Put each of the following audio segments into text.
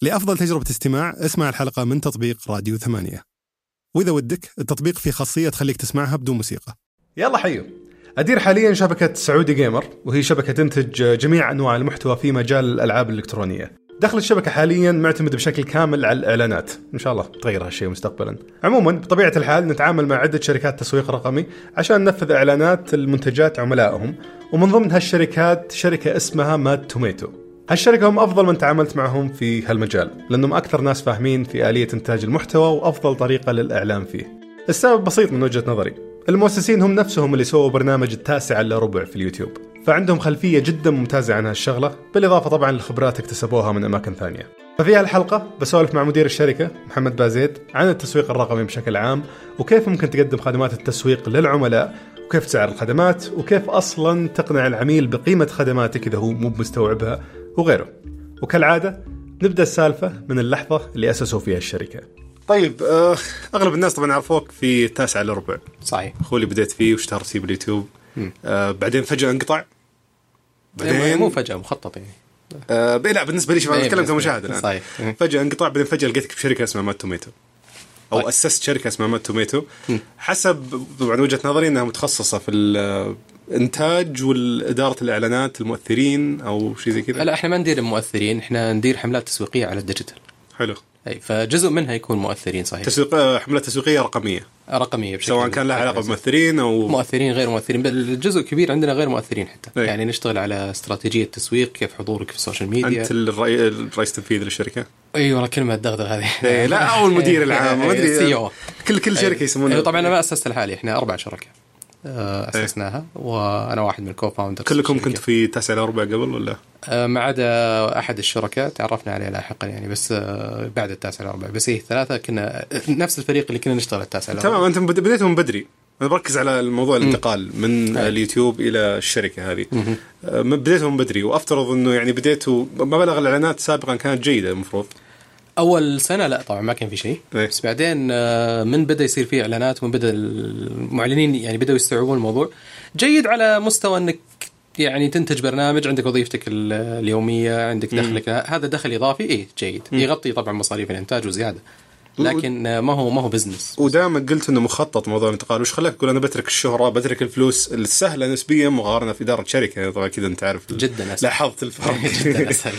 لأفضل تجربة استماع اسمع الحلقة من تطبيق راديو 8. وإذا ودك التطبيق فيه خاصية تخليك تسمعها بدون موسيقى. يلا حيو. أدير حاليا شبكة سعودي جيمر، وهي شبكة تنتج جميع أنواع المحتوى في مجال الألعاب الإلكترونية. دخل الشبكة حاليا معتمد بشكل كامل على الإعلانات، إن شاء الله تغير هالشيء مستقبلا. عموما بطبيعة الحال نتعامل مع عدة شركات تسويق رقمي عشان ننفذ إعلانات المنتجات عملائهم، ومن ضمن هالشركات شركة اسمها ماد توميتو. هالشركة هم أفضل من تعاملت معهم في هالمجال، لأنهم أكثر ناس فاهمين في آلية إنتاج المحتوى وأفضل طريقة للإعلان فيه. السبب بسيط من وجهة نظري، المؤسسين هم نفسهم اللي سووا برنامج 9:15 في اليوتيوب، فعندهم خلفية جدا ممتازة عن هالشغلة، بالإضافة طبعا للخبرات اكتسبوها من أماكن ثانية. ففي هالحلقة بسولف مع مدير الشركة محمد بازيد عن التسويق الرقمي بشكل عام، وكيف ممكن تقدم خدمات التسويق للعملاء، وكيف تسعر الخدمات، وكيف أصلا تقنع العميل بقيمة خدماتك إذا هو مو مستوعبها، وغيره. وكالعادة نبدأ السالفة من اللحظة اللي أسسوا فيها الشركة. طيب أغلب الناس طبعا عرفوك في 9:15. صحيح. أخوي اللي بديت فيه واشتهرت فيه باليوتيوب. بعدين فجأة انقطع. بعدين مو فجأة، مخطط يعني. لا بالنسبة لي شوف أنا أتكلم كمشاهد الآن. صحيح. فجأة انقطع، بعدين فجأة لقيتك بشركة اسمها ماد توميتو، أو طيب. أسست شركة اسمها ماد توميتو. حسب طبعا وجهة نظري أنها متخصصة في الإنتاج والإدارة الإعلانات المؤثرين أو شيء زي كذا. لا، إحنا ما ندير المؤثرين، إحنا ندير حملات تسويقية على الديجيتال. حلو. أي فجزء منها يكون مؤثرين. صحيح. حملات تسويقية رقمية بشكل سواء كان لها علاقة بمؤثرين أو مؤثرين غير مؤثرين، بل جزء كبير عندنا غير مؤثرين حتى. أي. يعني نشتغل على استراتيجية تسويق، كيف حضورك في السوشيال ميديا. أنت الرئيس التنفيذي للشركة؟ أي والله كلمة الدغدغة هذه. لا أو المدير العام ما أدري. كل شركة يسمونها. طبعا أنا ما أسست لحالي، إحنا 4 شركاء أسسناها، وأنا واحد من الكوفاوندرز. كلكم كنت في 9:15 قبل ولا؟ ما عدا أحد الشركاء تعرفنا عليه لاحقا يعني، بس بعد 9:15 بس. إيه 3 كنا نفس الفريق اللي كنا نشتغل 9:15. تمام. أنتم بديتوا من بدري. أنا بركز على الموضوع الانتقال من اليوتيوب إلى الشركة هذه. بديتوا من بدري، وأفترض إنه يعني بديتوا مبالغ الإعلانات سابقا كانت جيدة المفروض. أول سنة لا طبعا ما كان في شيء. بس بعدين من بدأ يصير فيه إعلانات، ومن بدأ المعلنين يعني بدأوا يستوعبون الموضوع جيد، على مستوى أنك يعني تنتج برنامج، عندك وظيفتك اليومية، عندك دخلك، هذا دخل إضافي جيد، يغطي طبعا مصاريف الإنتاج وزيادة، لكن ما هو بزنس. ودائما قلت إنه مخطط موضوع الانتقال. وش خلاك تقول أنا بترك الشهرة، بترك الفلوس السهلة نسبيا مقارنة في إدارة شركة؟ طبعا كذا أنت عارف جدا أسهل. لاحظت الفرق. جدا أسهل.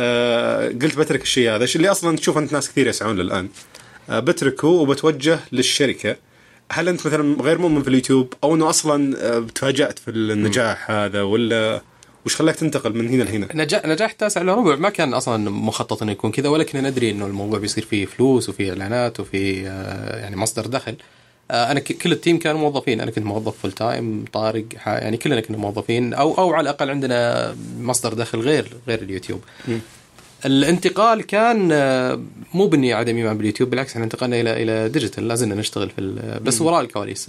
قلت بترك الشيء هذا، الشيء اللي أصلا تشوف أنت ناس كثير يسعون للآن، بتركه وبتوجه للشركة. هل أنت مثلا غير مؤمن في اليوتيوب، أو أنه أصلا تفاجأت في النجاح هذا، ولا وش خلاك تنتقل من هنا لهنا؟ نجاح 9:15 ما كان أصلا مخطط إنه يكون كذا، ولكن ندري إنه الموضوع بيصير فيه فلوس وفيه إعلانات وفيه يعني مصدر دخل. أنا كل التيم كانوا موظفين، أنا كنت موظف فول تايم، طارق يعني كلنا كنا موظفين، أو على الأقل عندنا مصدر دخل غير اليوتيوب. الانتقال كان مو بني عدم إيمان باليوتيوب، بالعكس احنا انتقلنا إلى ديجيتال، لازلنا نشتغل بس وراء الكواليس.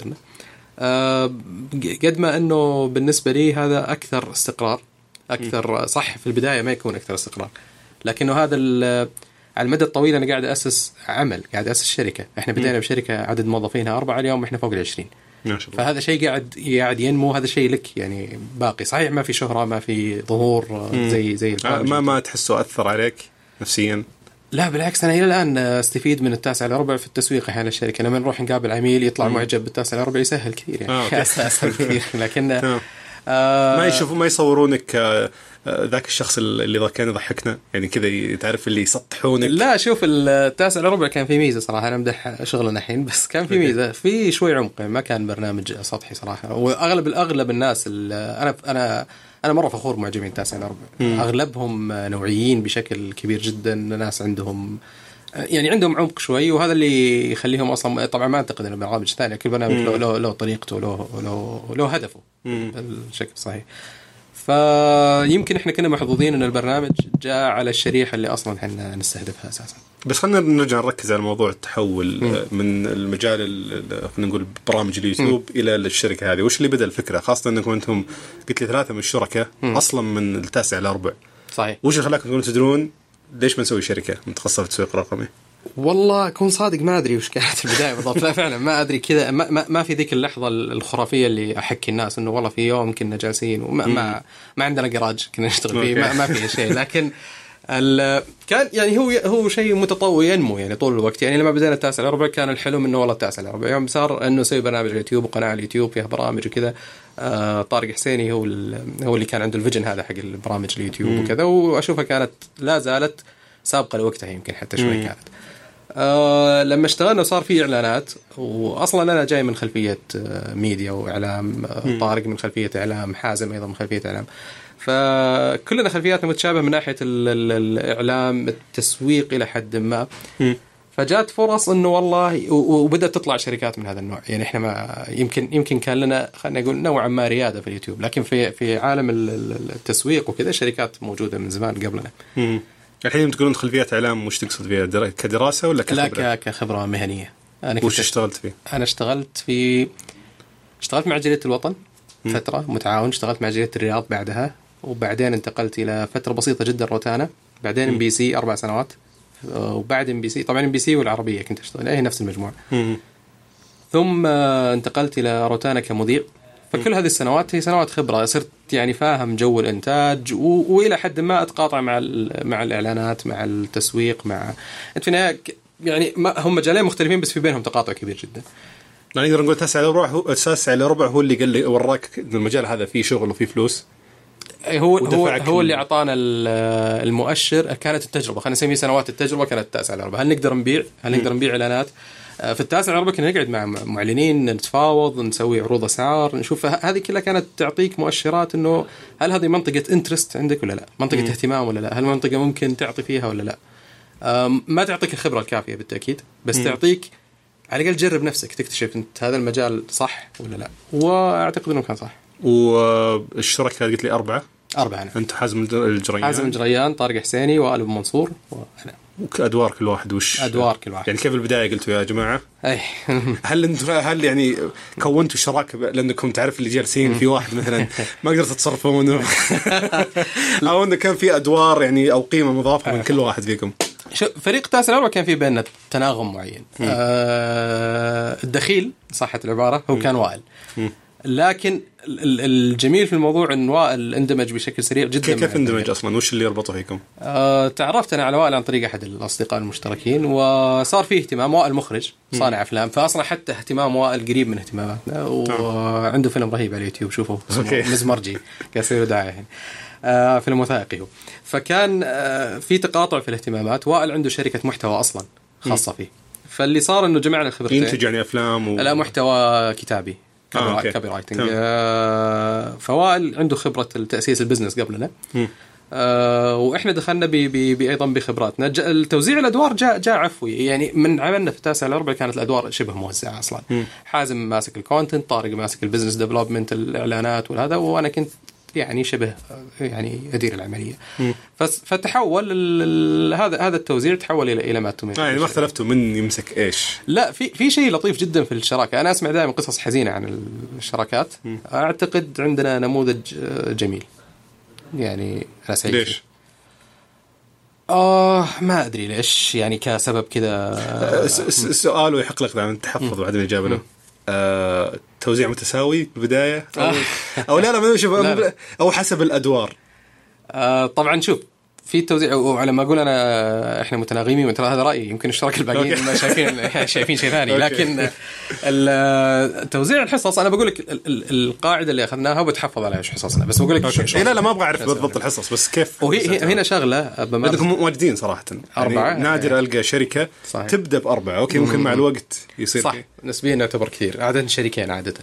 قد ما أنه بالنسبة لي هذا أكثر استقرار، أكثر صح في البداية ما يكون أكثر استقرار، لكنه هذا على المدى الطويل أنا قاعد أسس عمل، قاعد أسس شركة. إحنا بدينا بشركة عدد موظفينها 4، اليوم إحنا فوق 20. فهذا شيء قاعد ينمو، هذا شيء لك يعني باقي. صحيح ما في شهرة، ما في ظهور زي ما تحسه أثر عليك نفسيا؟ لا بالعكس، أنا إلى الآن استفيد من 9:15 في التسويق على الشركة. لما نروح نقابل عميل يطلع معجب 9:15 يسهل كثير يعني. أسهل كثير. لكن ما يصورونك ذاك الشخص اللي كان يضحكنا يعني كذا، تعرف اللي يسطحونك. لا شوف 9:15 كان في ميزة صراحة، أنا مدح شغلنا الحين، بس كان في ميزة، في شوي عمق، ما كان برنامج سطحي صراحة. وأغلب الناس أنا مرة فخور معجبين 9:15. أغلبهم نوعيين بشكل كبير جدا، ناس عندهم عمق شوي، وهذا اللي يخليهم أصلا. طبعا ما أعتقد أن البرامج الثانية كل برنامج له طريقته له هدفه بالشكل صحيح. فيمكن إحنا كنا محظوظين أن البرنامج جاء على الشريحة اللي أصلا إحنا نستهدفها أساسا. بس خلينا نرجع نركز على موضوع التحول من المجال خلينا نقول برامج اليوتيوب إلى الشركة هذه. وش اللي بدأ الفكرة، خاصة أنكم أنتم قلت لي 3 من الشركة أصلا من 9:15. صحيح. وش اللي خلاكم تدرون ليش بنسوي شركة متخصصة في التسويق الرقمي؟ والله أكون صادق ما أدري وش كانت البداية بالضبط. لا فعلا ما أدري كذا، ما في ذيك اللحظة الخرافية اللي أحكي الناس إنه والله في يوم كنا جالسين وما ما عندنا جراج كنا نشتغل فيه، ما في شيء. لكن كان يعني هو شيء متطور ينمو يعني طول الوقت. يعني لما بدينا التاسع الربع كان الحلم انه والله التاسع الربع، يوم صار انه نسوي برنامج اليوتيوب وقناه على اليوتيوب فيها برامج وكذا. طارق حسيني هو اللي كان عنده الفيجن هذا حق البرامج اليوتيوب وكذا، واشوفها كانت لا زالت سابقه لوقتها يمكن حتى شوي كانت. لما اشتغلنا وصار في اعلانات، واصلا انا جاي من خلفيه ميديا واعلام، طارق من خلفيه اعلام، حازم ايضا من خلفيه اعلام، فكلنا خلفياتنا متشابهه من ناحيه الاعلام، التسويق الى حد ما. فجات فرص انه والله وبدات تطلع شركات من هذا النوع. يعني احنا ما يمكن كان لنا خلينا نقول نوعا ما رياده في اليوتيوب، لكن في عالم التسويق وكذا شركات موجوده من زمان قبلنا. الحين تقولون خلفيات اعلام، وش تقصد فيها؟ كدراسه ولا كخبره؟ لا كخبره مهنيه. انا وش اشتغلت فيه؟ انا اشتغلت مع جريدة الوطن فتره متعاون، اشتغلت مع جريدة الرياض بعدها، وبعدين انتقلت الى فتره بسيطه جدا روتانا، بعدين MBC 4 سنوات، وبعد MBC طبعا MBC والعربيه كنت اشتغل هي نفس المجموعه. ثم انتقلت الى روتانا كمذيع. فكل هذه السنوات هي سنوات خبره، صرت يعني فاهم جو الانتاج، والى حد ما اتقاطع مع الاعلانات، مع التسويق، مع انت في النهايه يعني هم مجالين مختلفين بس في بينهم تقاطع كبير جدا. يعني نقدر نقول تاسع إلى ربع هو اللي قال لي وراك إن المجال هذا فيه شغل وفيه فلوس. هو اللي أعطانا المؤشر. كانت التجربة، خلينا نسميه سنوات التجربة، كانت التاسع إلى ربع. هل نقدر نبيع إعلانات؟ في التاسع إلى ربع كنا نقعد مع معلنين، نتفاوض، نسوي عروض أسعار، نشوف هذه كلها كانت تعطيك مؤشرات إنه هل هذه منطقة انترست عندك ولا لا، منطقة اهتمام ولا لا، هل منطقة ممكن تعطي فيها ولا لا. ما تعطيك الخبرة الكافية بالتأكيد، بس تعطيك على الأقل جرب نفسك تكتشف أنت هذا المجال صح ولا لا. وأعتقد إنه كان صح. والشركة قلت لي 4 أنا. أنت حازم الجريان، طارق حسيني، وآل أبو منصور، وأنا. وأدوار كل واحد أدوار كل واحد. يعني كيف البداية قلتوا يا جماعة؟ أي. هل يعني كونتوا شراكة لأنكم تعرف اللي جالسين في واحد مثلا ما قدرت تتصرفون أو إنه كان في أدوار يعني أو قيمة مضافة من كل واحد فيكم؟ فريق تاسع الأول كان في بيننا تناغم معين. الدخيل صحة العبارة هو كان وائل، لكن الجميل في الموضوع أن وائل اندمج بشكل سريع جدا. كيف اندمج أصلا؟ وش اللي يربطه فيكم؟ تعرفت أنا على وائل عن طريق أحد الأصدقاء المشتركين، وصار فيه اهتمام. وائل مخرج صانع أفلام، فأصلا حتى اهتمام وائل قريب من اهتماماتنا، وعنده فيلم رهيب على اليوتيوب شوفه مزمرجي كاسير داعي، فيلم وثائقي هو. فكان في تقاطع في الاهتمامات. وائل عنده شركة محتوى أصلا خاصة فيه، فاللي صار إنه جمعنا الخبرتين. ينتج يعني أفلام لا، محتوى كتابي، كوبي رايتنج. فوائل عنده خبرة التأسيس البزنس قبلنا، وإحنا دخلنا أيضا بخبراتنا. التوزيع الأدوار جاء عفوي، يعني من عملنا في التاسع إلى ربع كانت الأدوار شبه موزعة أصلا. حازم ماسك الكونتنت، طارق ماسك البزنس ديفلوبمنت، الإعلانات والهذا، وأنا كنت يعني شبه يعني أدير العملية. فتحول هذا التوزيع تحول إلى ما تسمى. يعني ما اختلفتوا من يمسك إيش؟ لا، في شيء لطيف جدا في الشراكة. أنا أسمع دائما قصص حزينة عن الشراكات. أعتقد عندنا نموذج جميل، يعني أنا سعيد. ليش؟ ما أدري ليش، يعني كسبب كذا. السؤال ويحق لك دائما تحفظ بعد الإجابة له. توزيع متساوي بداية أو لا ما نشوف أو حسب الأدوار. طبعا شوف، في التوزيع، وعلى ما أقول أنا إحنا متناغمين، وترى هذا رأيي، يمكن الشركاء الباقيين ما شايفين شيء ثاني. لكن التوزيع الحصص أنا بقول لك القاعدة اللي أخذناها وبتحفظ عليها حصصنا، بس بقول لك لا ما أبغى أعرف بالضبط الحصص، بس كيف. وهي هنا شغلة بدكم مواجدين صراحة 4 يعني نادر ألقى شركة صحيح. تبدأ ب4 أوكي ممكن مع الوقت يصير صح نسبيا نعتبر كثير، عادة شركين عادة.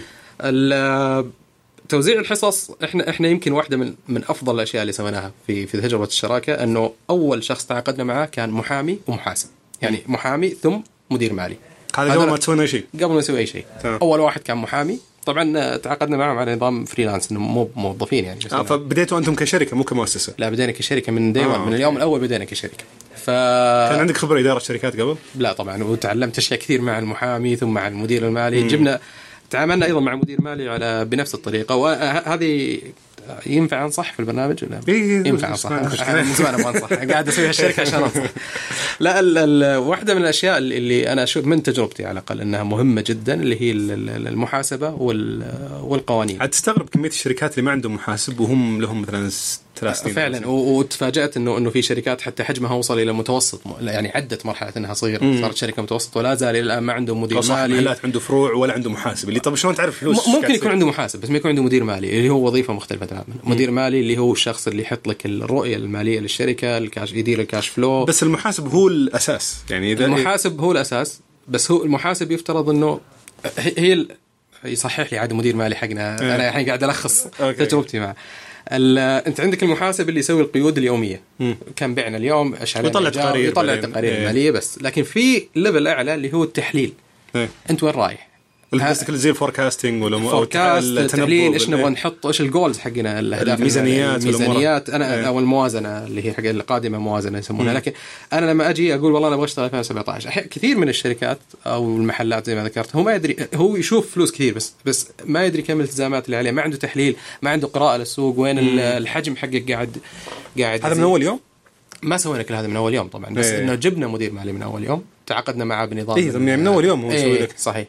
توزيع الحصص احنا يمكن واحدة من افضل الاشياء اللي سويناها في تجربة الشراكة، انه اول شخص تعاقدنا معه كان محامي ومحاسب، يعني محامي ثم مدير مالي. هذا قبل ما تسوي اي شيء. قبل ما نسوي اي شيء. اول واحد كان محامي، طبعا تعاقدنا معهم على نظام فريلانس، انه مو موظفين يعني. فبديتوا انتم كشركة مو كمؤسسة؟ لا، بدينا كشركة من ديوان. من اليوم الاول بدينا كشركة. كان عندك خبرة إدارة شركات قبل؟ لا طبعا، وتعلمت اشياء كثير مع المحامي ثم مع المدير المالي. تعاملنا أيضا مع مدير مالي بنفس الطريقة. وهذه ينفع أنصح في البرنامج ولا؟ ينفع أنصح. من زمان ما أنصح، قاعد أسوي هالشركة عشان أنصح. لا، واحدة من الأشياء اللي أنا أشوف من تجربتي على الأقل أنها مهمة جدا، اللي هي المحاسبة والقوانين. هتستغرب كمية الشركات اللي ما عندهم محاسب وهم لهم مثلا 3 سنين فعلا. وتفاجأت انه في شركات حتى حجمها وصل الى متوسط، يعني عدت مرحله انها صغيره صارت شركه متوسط، ولا زال الان ما عنده مدير مالي، محلات عنده فروع ولا عنده محاسب. اللي طب شلون تعرف فلوس؟ ممكن يكون عنده محاسب بس ما يكون عنده مدير مالي، اللي هو وظيفه مختلفه تماما. مدير مالي اللي هو الشخص اللي يحط لك الرؤيه الماليه للشركه، الكاش، يدير الكاش فلو. بس المحاسب هو الاساس، يعني اذا المحاسب هو الاساس، بس هو المحاسب يفترض انه هي يصحح لي عاد مدير مالي حقنا. انا الحين قاعد الخص تجربتي معه. انت عندك المحاسب اللي يسوي القيود اليوميه، كم بعنا اليوم، ايش يطلع التقارير الماليه بس. لكن في ليفل اعلى اللي هو التحليل. انت وين رايح؟ قصدك زي الفوركاستنج ولا التحليل، ايش نبغى نحط، ايش الجولز حقنا، الاهداف، الميزانيات انا او الموازنه اللي هي حق القادمه موازنه يسمونها. لكن انا لما اجي اقول والله انا ابغى اشتغل 2017، كثير من الشركات او المحلات زي ما ذكرت هو ما يدري، هو يشوف فلوس كثير بس ما يدري كم الالتزامات اللي عليه، ما عنده تحليل، ما عنده قراءه للسوق، وين الحجم حقك قاعد هذا من اول يوم. ما سوينا كل هذا من اول يوم طبعا، بس انه جبنا مدير مالي من اول يوم، تعاقدنا معه بنظام يعني من اول يوم هو يسوي لك. صحيح.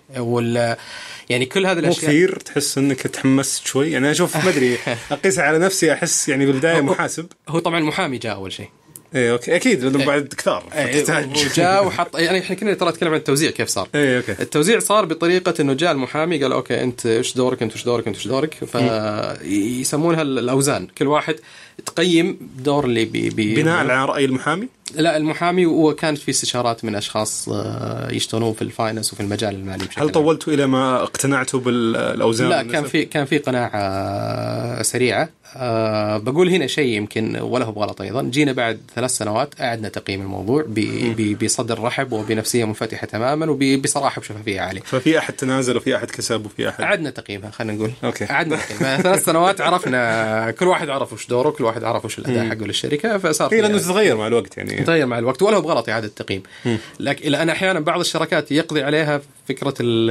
يعني كل هذه الاشياء كثير تحس انك تحمست شوي. يعني انا اشوف ما ادري اقيس على نفسي، احس يعني بالبدايه محاسب. هو طبعا المحامي جاء اول شيء. ايه اوكي اكيد لانه بعد كثار جاء وحط. يعني احنا كنا ترى نتكلم عن التوزيع كيف صار. أوكي. التوزيع صار بطريقه انه جاء المحامي قال اوكي انت ايش دورك، انت ايش دورك، انت ايش دورك، فيسمونها الاوزان. كل واحد تقيم دور اللي بناء على راي المحامي. لا المحامي، وكانت في استشارات من اشخاص يشتغلون في الفاينانس وفي المجال المالي بشكل هل طولتوا الى ما اقتنعتوا بالاوزان؟ لا كان في قناعه سريعه. بقول هنا شيء يمكن وله بغلط ايضا. جينا بعد 3 سنوات اعدنا تقييم الموضوع بصدر رحب وبنفسيه منفتحه تماما وبصراحه وشفافيه عاليه. ففي احد تنازل وفي احد كسب وفي احد اعدنا تقييمها. خلينا نقول اعدنا تقييمها 3 سنوات. عرفنا كل واحد عرف وش دوره، كل واحد عرف وش الاداء حقه للشركه، فصار لانه تتغير مع الوقت. يعني تغير مع الوقت وله بغلط اعاده التقييم. لكن انا احيانا بعض الشركات يقضي عليها فكره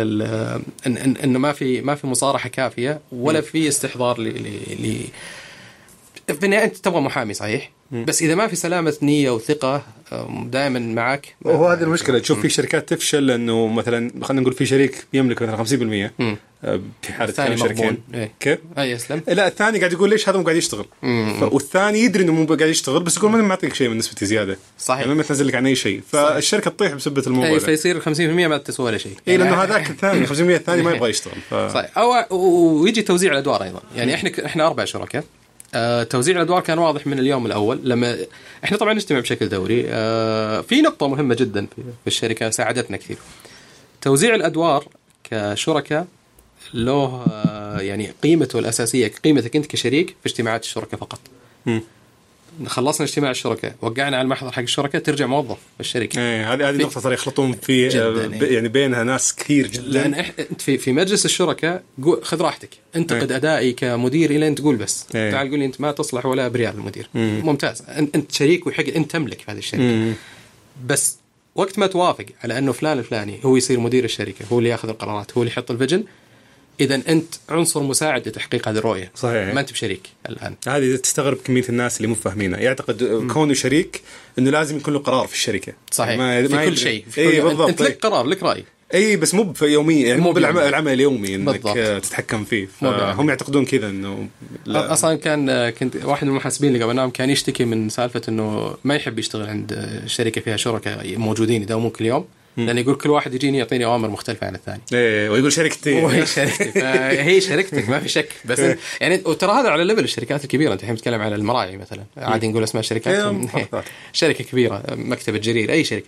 انه ما في مصارحه كافيه ولا في استحضار في النهاية أنت تبغى محامي صحيح، بس إذا ما في سلامة نية وثقة دائما معك. وهو هذه المشكلة. تشوف في شركات تفشل لأنه مثلا خلينا نقول في شريك يملك مثلا 50% في حالة ثاني شركين. كيف؟ يسلم. لا الثاني قاعد يقول ليش هذا مو قاعد يشتغل، والثاني يدري إنه مو قاعد يشتغل بس يقول ما معطيك شيء من نسبتي زيادة. صحيح. يعني ما تنزل لك عن أي شيء، فالشركة تطيح بسبة الموضوع. فيصير 50% ما تسوى ولا شيء. لأنه هذاك الثاني 50% الثاني ما يبغى يشتغل. صحيح. أو ويجي توزيع الأدوار أيضا. يعني إحنا 4 شركاء. توزيع الأدوار كان واضح من اليوم الأول. لما إحنا طبعا نجتمع بشكل دوري، في نقطة مهمة جدا في الشركة ساعدتنا كثير. توزيع الأدوار كشركاء له يعني قيمته الأساسية، قيمتك أنت كشريك في اجتماعات الشركة فقط. خلصنا اجتماع الشركاء، وقعنا على المحضر حق الشركة، ترجع موظف بالشركة. هذه نقطة صار يخلطون في يعني بينها ناس كثير جدا. لأن انت في مجلس الشركاء خذ راحتك، انتقد أدائي كمدير إلى أنت تقول بس تعال قول لي أنت ما تصلح ولا بريال المدير. ممتاز، أنت شريك وحق أنت تملك في هذه الشركة. بس وقت ما توافق على أنه فلان الفلاني هو يصير مدير الشركة، هو اللي يأخذ القرارات، هو اللي يحط الفيجن، إذا أنت عنصر مساعد لتحقيق هذه الرؤية. صحيح. ما أنت بشريك الآن. هذه تستغرب كمية الناس اللي مو فاهمينها، يعتقد كونه شريك إنه لازم يكون له قرار في الشركة. صحيح. ما في كل شيء. أنت لك قرار، لك رأي. بس مو يوميا، يعني مو بالعمل اليومي إنك بالضبط. تتحكم فيه. هم يعتقدون كذا إنه أصلاً كنت واحد من المحاسبين اللي قبلناهم كان يشتكي من سالفة إنه ما يحب يشتغل عند شركة فيها شركاء موجودين يداومون كل يوم. لأن يقول كل واحد يجيني يعطيني أوامر مختلفة عن الثاني. ويقول شركتي. هي شركتك ما في شك. بس يعني وترى هذا على ليفل الشركات الكبيرة. أنت الحين تتكلم على المراعي مثلا، عادي نقول اسمها شركات. شركة كبيرة، مكتبة جرير، أي شركة.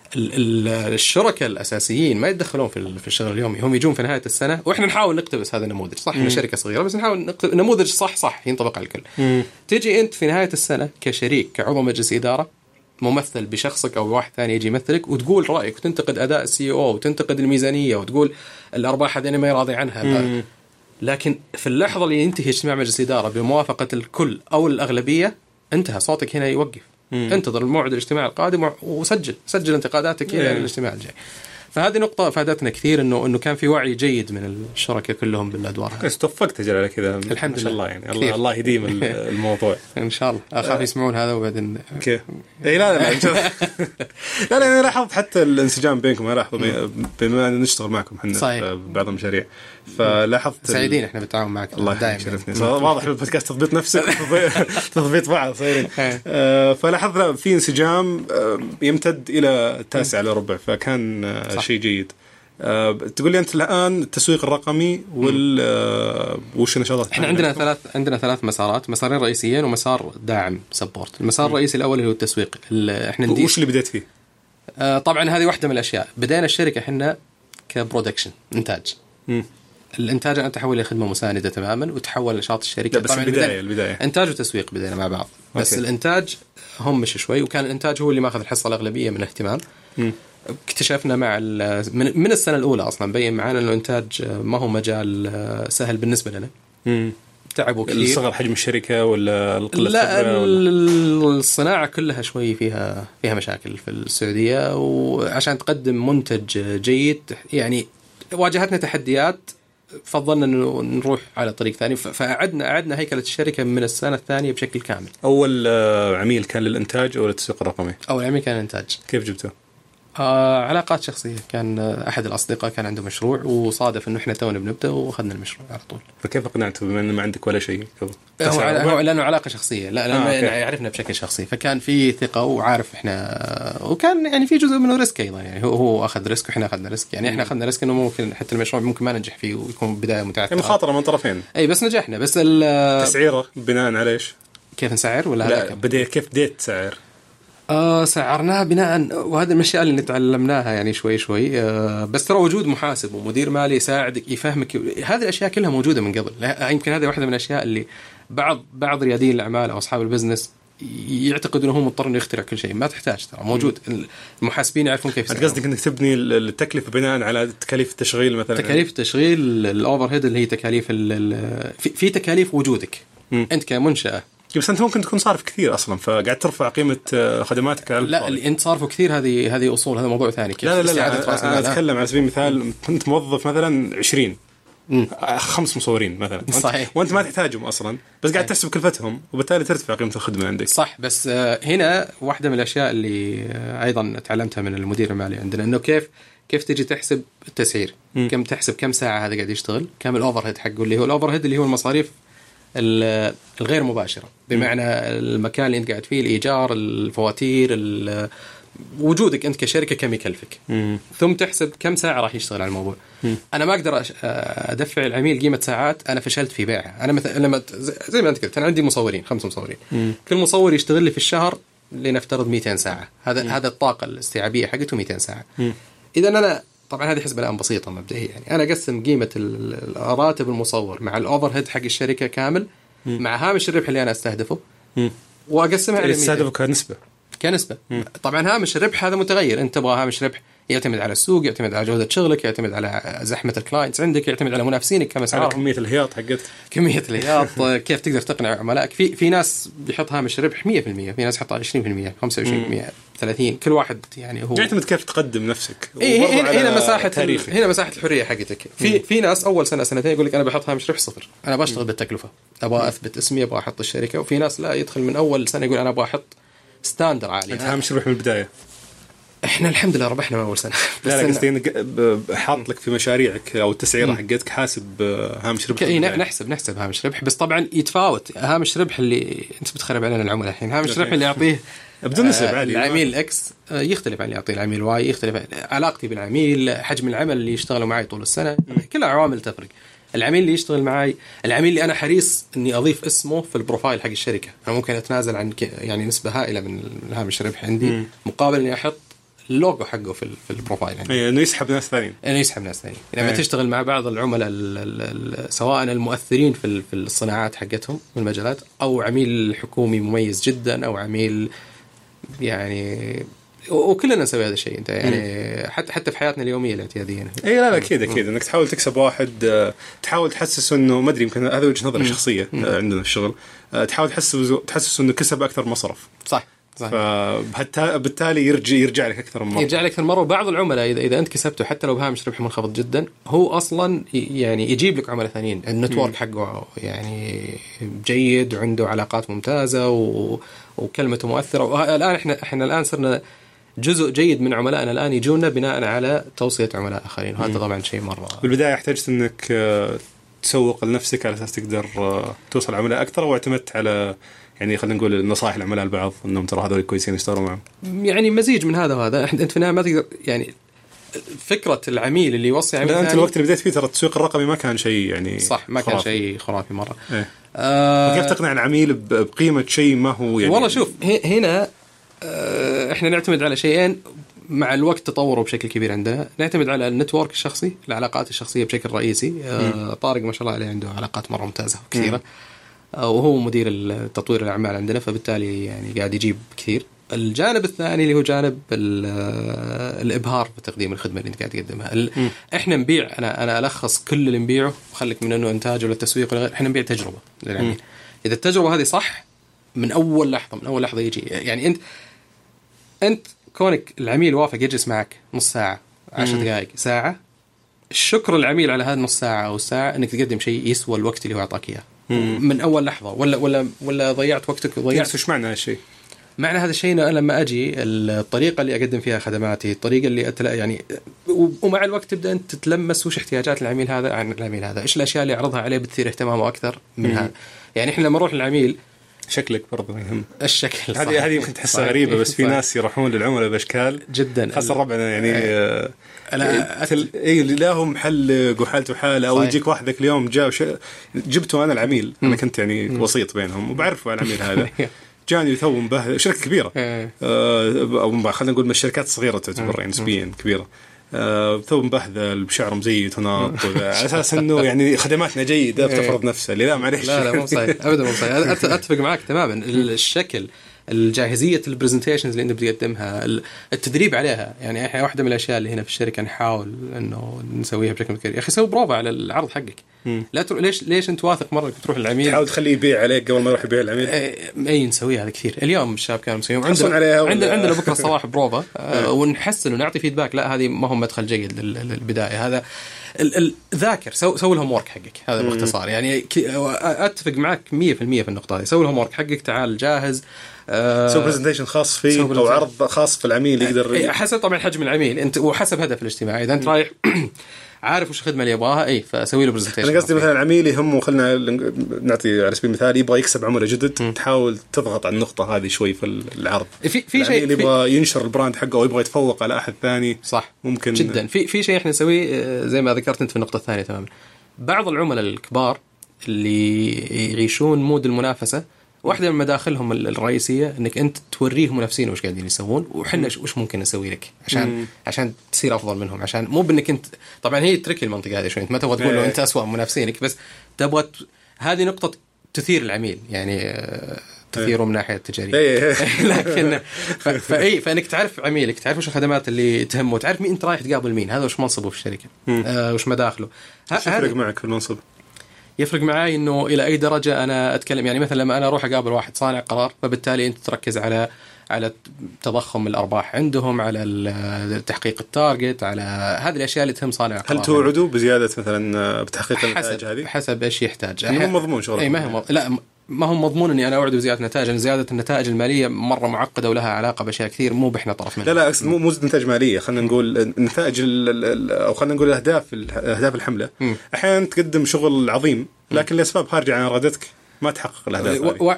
الشركاء الأساسيين ما يتدخلون في الشغل اليومي، هم يجون في نهاية السنة وإحنا نحاول نقتبس هذا النموذج. صح إن شركة صغيرة بس نحاول نموذج صح ينطبق على الكل. تيجي أنت في نهاية السنة كشريك كعضو مجلس إدارة ممثل بشخصك أو واحد ثاني يجي يمثلك وتقول رأيك وتنتقد أداء السي او وتنتقد الميزانية وتقول الأرباح هذه ما يراضي عنها. لكن في اللحظة اللي ينتهي اجتماع مجلس إدارة بموافقة الكل أو الأغلبية، انتهى صوتك هنا يوقف. انتظر موعد الاجتماع القادم وسجل انتقاداتك إلى الاجتماع الجاي. فهذه نقطة فادتنا كثير إنه كان في وعي جيد من الشركاء كلهم بالأدوار. استوفقت أجل على كذا. الحمد لله. الله يعني الله يديم الموضوع. إن شاء الله. أخاف يسمعون هذا وبعدين. كيف؟ لا. لا أنا لاحظت حتى الانسجام بينكم، ألاحظ بما أن نشتغل معكم إحنا بعض المشاريع، فلاحظت سعيدين إحنا بالتعاون معك الله يشرفني. واضح البودكاست تضبيط نفسك تضبيط بعض صايرين. فلاحظت في انسجام يمتد إلى 9 إلى ربع، فكان شيء جيد. تقول لي أنت الآن التسويق الرقمي وش نشاطات؟ إحنا عندنا ثلاث مسارات، مسارين رئيسيين ومسار داعم سبورت. المسار الرئيسي الأول هو التسويق. إحنا وش اللي بديت فيه؟ طبعا هذه واحدة من الأشياء. بدينا الشركة إحنا كبرودكشن إنتاج. الإنتاج أن تحول إلى خدمة مساندة تماما وتحول نشاط الشركة. بس البداية إنتاج وتسويق بدينا مع بعض. بس أوكي. الإنتاج هم مش شوي، وكان الإنتاج هو اللي ماخذ الحصة الأغلبية من الاهتمام. اكتشفنا مع من السنة الأولى أصلا بين معانا إنه الإنتاج ما هو مجال سهل بالنسبة لنا. تعبوا كثير. الصغر حجم الشركة ولا القلة؟ لا، الصناعة كلها شوي فيها مشاكل في السعودية، وعشان تقدم منتج جيد يعني واجهتنا تحديات، فضلنا إنه نروح على طريق ثاني. فأعدنا هيكلة الشركة من السنة الثانية بشكل كامل. أول عميل كان للإنتاج أو للتسويق الرقمي؟ أول عميل كان الإنتاج. كيف جبته؟ علاقات شخصية. كان أحد الأصدقاء كان عنده مشروع وصادف إنه إحنا تونا بنبدأ وأخذنا المشروع على طول. فكيف أقنعته بما إنه ما عندك ولا شيء؟ هو لأنه علاقة شخصية. لا يعرفنا بشكل شخصي، فكان في ثقة وعارف إحنا، وكان يعني في جزء منه ريسك أيضا. يعني هو أخذ ريسك وإحنا أخذنا ريسك. يعني إحنا أخذنا ريسك إنه ممكن حتى المشروع ممكن ما ننجح فيه ويكون بداية متعثرة. مخاطرة من طرفين. أي بس نجحنا. بس تسعيره بناء على إيش؟ كيف نسعر ولا لا كيف بديت تسعر؟ سعرناها بناء، وهذا من الأشياء اللي نتعلمناها يعني شوي. بس ترى وجود محاسب ومدير مالي يساعدك يفهمك، هذه الأشياء كلها موجودة من قبل. يمكن هذه واحدة من الأشياء اللي بعض رياديين الأعمال أو أصحاب البزنس يعتقد أنه هو مضطر إنه يخترع كل شيء. ما تحتاج، ترى موجود. المحاسبين يعرفون كيف. أنت قصدك إنك تبني التكلفة بناء على تكاليف التشغيل مثلا؟ تكاليف التشغيل، الأوفر هيد اللي هي تكاليف في تكاليف وجودك أنت كمنشأة. بس أنت ممكن تكون صارف كثير أصلاً، فقاعد ترفع قيمة خدماتك على لا اللي أنت صارفه كثير هذه أصول، هذا موضوع ثاني. لا أنا أتكلم على سبيل المثال كنت موظف مثلاً 20 5 مصورين مثلاً، وأنت ما تحتاجهم أصلاً، بس قاعد تحسب كلفتهم وبالتالي ترتفع قيمة الخدمة عندك. صح. بس هنا واحدة من الأشياء اللي أيضاً تعلمتها من المدير المالي عندنا، إنه كيف تجي تحسب التسعير، كم تحسب كم ساعة هذا قاعد يشتغل، كم الأوفر هيد حقه اللي هو الأوفر هيد اللي هو المصاريف الغير مباشرة، بمعنى المكان اللي أنت قاعد فيه، الإيجار، الفواتير، وجودك أنت كشركة كم يكلفك، ثم تحسب كم ساعة راح يشتغل على الموضوع. أنا ما أقدر أدفع العميل قيمة ساعات أنا فشلت في بيعها. أنا مثلا لما زي ما أنت قلت أنا عندي مصورين 5 مصورين، كل مصور يشتغل لي في الشهر لنفترض 200 ساعة. هذا الطاقة الاستيعابية حقته 200 ساعة. إذا أنا طبعا هذه حسبة الآن بسيطة مبدئيا، يعني أنا أقسم قيمة الراتب المصور مع الأوفر هيد حق الشركة كامل مع هامش الربح اللي أنا أستهدفه، وأقسمها على تستهدفه كنسبة. طبعا هامش الربح هذا متغير. أنت تبغى هامش ربح يعتمد على السوق، يعتمد على جودة شغلك، يعتمد على زحمة الكلاينتس عندك، يعتمد على منافسينك كم أسعارهم، كمية الهياط حقت كيف تقدر تقنع عملائك. في ناس بيحط هامش ربح 100%، في ناس يحطها 20%، 25%، 30. كل واحد يعني هو يعتمد كيف تقدم نفسك. هنا مساحة الحرية حقتك. في ناس أول سنة سنتين يقول لك أنا بحط هامش ربح 0، أنا بشتغل بالتكلفة، أبغى أثبت اسمي، أبغى أحط الشركة. وفي ناس لا، يدخل من أول سنة يقول أنا أبغى أحط ستاندر عالي. أنت هامش ربح من البداية. احنا الحمد لله ربحنا من اول سنه. لا قصدي حاط لك في مشاريعك او التسعيره حقتك حاسب هامش ربح. نحسب هامش ربح، بس طبعا يتفاوت. هامش ربح اللي انت بتخرب علينا العملاء الحين، هامش ربح اللي يعطيه بدون نسب عادي العميل اكس يختلف عن اللي يعطيه العميل واي، يختلف علاقتي بالعميل، حجم العمل اللي يشتغلوا معي طول السنه، كلها عوامل تفرق. العميل اللي يشتغل معي، العميل اللي انا حريص اني اضيف اسمه في البروفايل حق الشركه، انا ممكن اتنازل عن يعني نسبه هائله من هامش الربح عندي مقابل اني احط اللوجو حقه في البروفايل يعني. انه يسحب ناس ثانيين. لما تشتغل مع بعض العملاء سواء المؤثرين في الصناعات حقتهم والمجالات، او عميل حكومي مميز جدا، او عميل يعني، وكلنا نسوي هذا الشيء انت يعني حتى في حياتنا اليوميه الاعتياديه. لا اكيد انك تحاول تكسب واحد، تحاول تحسس انه ما ادري، يمكن هذا وجهه نظري الشخصيه عندنا في الشغل، تحاول تحسس انه كسب اكثر مصرف. صح. فبالتالي يرجع لك أكثر من مرة. وبعض العملاء إذا أنت كسبته حتى لو بهامش ربح منخفض جدا، هو أصلا يعني يجيب لك عملاء ثانيين. النتورك حقه يعني جيد، وعنده علاقات ممتازة، وكلمته مؤثرة. والآن إحنا الآن صرنا جزء جيد من عملائنا الان يجونا بناء على توصيه عملاء اخرين، وهذا طبعا شيء مره. بالبدايه احتجت انك تسوق لنفسك على اساس تقدر توصل عملاء اكثر، واعتمدت على يعني خلينا نقول النصائح العملاء البعض انهم ترى هذول كويسين يشتغلوا معهم، يعني مزيج من هذا وهذا. انت في النهايه ما تقدر يعني فكره العميل اللي يوصي عميل انت الوقت اللي بديت فيه ترى التسويق الرقمي ما كان شيء يعني صح، ما كان شيء خرافي مره. كيف تقنع العميل بقيمه شيء ما هو يعني؟ والله شوف هنا احنا نعتمد على شيئين مع الوقت تطوروا بشكل كبير عندنا. نعتمد على النتورك الشخصي، العلاقات الشخصيه بشكل رئيسي. طارق ما شاء الله عليه عنده علاقات مره ممتازه وكثيره، وهو مدير التطوير الاعمال عندنا، فبالتالي يعني قاعد يجيب كثير. الجانب الثاني اللي هو جانب الابهار بتقديم الخدمه اللي انت قاعد تقدمها. احنا نبيع، انا الخص كل اللي نبيعه، وخليك من انه انتاج ولا تسويق ولا غير، احنا نبيع تجربه للعميل. اذا التجربه هذه صح من اول لحظه يجي، يعني انت كونك العميل وافق يجلس معك نص ساعه 10 دقائق ساعه، الشكر للعميل على هذه نص ساعه او الساعه انك تقدم شيء يسوى الوقت اللي هو اعطاك اياه من اول لحظه. ولا ضيعت وقتك وضيعت. ايش معنى هالشيء؟ معنى هذا الشيء أنا لما أجي الطريقة اللي أقدم فيها خدماتي، الطريقة اللي يعني ومع الوقت تبدأ أنت تتلمس وش احتياجات العميل هذا عن العميل هذا، إيش الأشياء اللي أعرضها عليه بتثير اهتمامه أكثر من هذا. يعني إحنا لما نروح للعميل شكلك برضه يهم الشكل. هذه يمكن تحسها غريبة، بس في ناس يروحون للعملاء بأشكال جدا، خاصة ربعنا يعني اللي لهم حل وحالته حالة، أو يجيك واحد ذاك اليوم جاء جبته أنا العميل، أنا كنت يعني وسيط بينهم وبعرف العميل هذا جاني تو مبهذ شركة كبيرة أو خلينا نقول من الشركات الصغيرة تعتبر يعني نسبيا كبيرة، تو مبهذل بشعر مزيت وناط على أساس إنه يعني خدماتنا جيدة بتفرض نفسها. لا معليش، لا مو صحيح أبدا، مو صحيح. أتفق معك تماما. الشكل، الجاهزية البرزنتيشنز اللي أنت بتقدمها، التدريب عليها، يعني إحنا واحدة من الأشياء اللي هنا في الشركة نحاول إنه نسويها بشكل كبير. يا أخي سوي بروفا على العرض حقك. لا ليش أنت واثق مرة تروح للعميل تحاول تخليه يبيع عليك قبل ما يروح يبيع العميل؟ أي نسويها هذا كثير. اليوم الشباب كانوا مسويهم عندنا بكرة الصباح بروفا ونحسن ونعطي فيدباك. لا هذه ما هو مدخل جيد للبداية. هذا ذاكر، سوي لهم ورك حقك. هذا باختصار يعني. أتفق معك 100% في النقطة هذه. سوي لهم ورك حقك، تعال جاهز، سوي برزنتيشن خاص فيه أو عرض خاص في العميل يقدر حسب طبعا حجم العميل أنت وحسب هدف الاجتماع. إذا أنت رايح عارف وش الخدمة اللي يبغاها فسوي له برزنتيشن. أنا قصدي مثلا العميل يهمه، خلنا نعطي على سبيل المثال يبغى يكسب عملاء جدد، تحاول تضغط على النقطة هذه شوي في العرض. في شيء يبغى ينشر البراند حقه أو يبغى يتفوق على أحد ثاني، صح ممكن جدا. في شيء إحنا نسويه زي ما ذكرت أنت في النقطة الثانية تماما. بعض العملاء الكبار اللي يعيشون مود المنافسة، واحدة من مداخلهم الرئيسية انك انت توريهم منافسين وش قاعدين يسوون، وحنا وش ممكن نسوي لك عشان تصير افضل منهم. عشان مو بانك انت طبعا هي تركي المنطقة هذه شوي، انت ما تبغى تقول له انت اسوأ من منافسينك، بس تبغى هذه نقطة تثير العميل، يعني تثيره من ناحية تجارية. لكن فانك تعرف عميلك، تعرف وش الخدمات اللي تهمه، تعرف مين انت رايح تقابل مين، هذا وش منصبه في الشركة، وش مداخله. يفرق معك في المنصب؟ يفرق معي انه الى اي درجه انا اتكلم. يعني مثلا لما انا اروح اقابل واحد صانع قرار، فبالتالي انت تركز على تضخم الارباح عندهم، على تحقيق التارجت، على هذه الاشياء اللي تهم صانع القرار. هل توعدوا بزياده مثلا بتحقيق النتائج هذه؟ حسب ايش يحتاج. مو مضمون شغل. اي ما هو مضمون اني انا اوعد بزياده نتائج، لان زياده النتائج الماليه مره معقده ولها علاقه باشياء كثير مو بحنا طرف منها. لا اقصد مو نتائج ماليه، خلينا نقول النتائج او خلينا نقول اهداف الحمله. احيانا تقدم شغل عظيم لكن لاسباب خارجه عن ارادتك ما تحقق الاهداف.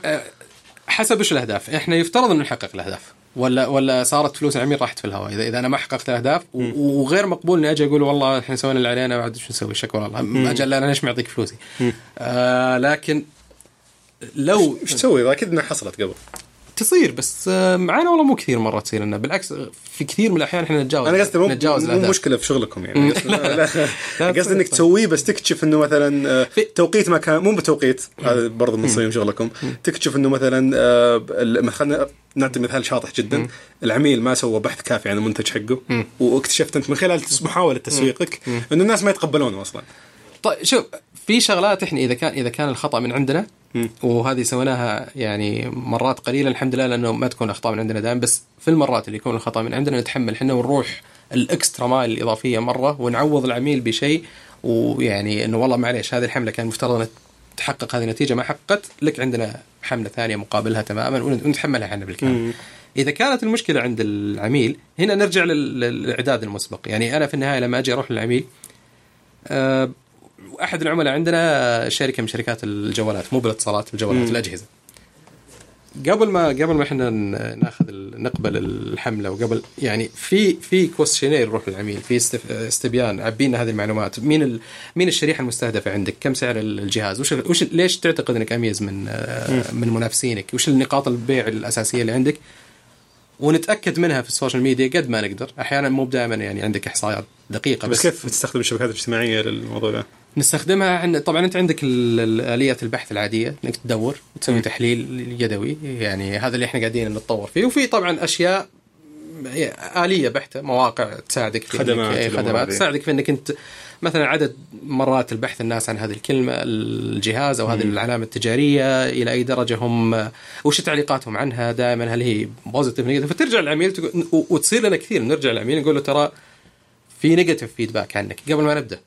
حسب ايش الاهداف. احنا يفترض ان نحقق الاهداف، ولا صارت فلوس العميل راحت في الهواء. اذا انا ما حققت الاهداف وغير مقبول اني اجي اقول والله احنا سوينا اللي علينا بعد شو نسوي، شكرا والله اجل انا ليش معطيك فلوسي. لكن لو ايش تسوي؟ اكيد انها حصلت قبل تصير، بس معانا والله مو كثير مرة تصير لنا، بالعكس في كثير من الأحيان إحنا نتجاوز. أنا قصدي مو مشكلة في شغلكم يعني. قصدي إنك تسويه بس تكتشف إنه مثلا توقيت ما كان مو بتوقيت، هذا برضه من صميم شغلكم. تكتشف إنه مثلا خلينا نعطي مثال شاطح جدا، العميل ما سوى بحث كافي عن المنتج حقه، واكتشفت أنت من خلال محاولة تسويقك إنه الناس ما يتقبلونه أصلا. طيب شوف، في شغلات إحنا إذا كان الخطأ من عندنا، وهذه سويناها يعني مرات قليلة الحمد لله، لأنه ما تكون أخطاء من عندنا دائما، بس في المرات اللي يكون الخطأ من عندنا نتحمل حنا ونروح الإكسترا مايل الإضافية مرة، ونعوض العميل بشيء. ويعني إنه والله معليش هذه الحملة كان مفترض أن تحقق هذه النتيجة، ما حققت لك، عندنا حملة ثانية مقابلها تماما ونتحملها حنا بالكامل. اذا كانت المشكله عند العميل هنا نرجع للاعداد المسبق. يعني انا في النهايه لما اجي اروح للعميل، احد العملاء عندنا شركه من شركات الجوالات، مو بالاتصالات، الجوالات، الاجهزه. قبل ما احنا نقبل الحمله، وقبل يعني في كويستشنير يروح للعميل، في استبيان، عبينا هذه المعلومات، مين الشريحه المستهدفه عندك، كم سعر الجهاز، وش ليش تعتقد انك اميز من منافسينك، وش النقاط البيع الاساسيه اللي عندك، ونتاكد منها في السوشيال ميديا قد ما نقدر. احيانا مو دائما يعني عندك احصائيات دقيقه، بس كيف تستخدم الشبكات الاجتماعيه للموضوع ده؟ نستخدمها طبعا. انت عندك الاليات البحث العاديه، انك تدور وتسوي تحليل يدوي، يعني هذا اللي احنا قاعدين نتطور فيه. وفي طبعا اشياء آلية بحتة، مواقع تساعدك في خدمات تساعدك في انك انت مثلا عدد مرات البحث الناس عن هذه الكلمة، الجهاز او هذه العلامة التجارية، الى اي درجة هم، وش تعليقاتهم عنها دائما، هل هي بوزيتيف نيجاتيف. فترجع للعميل وتصير لنا كثير نرجع للعميل نقول له ترى في نيجاتيف فيدباك عنك قبل ما نبدأ.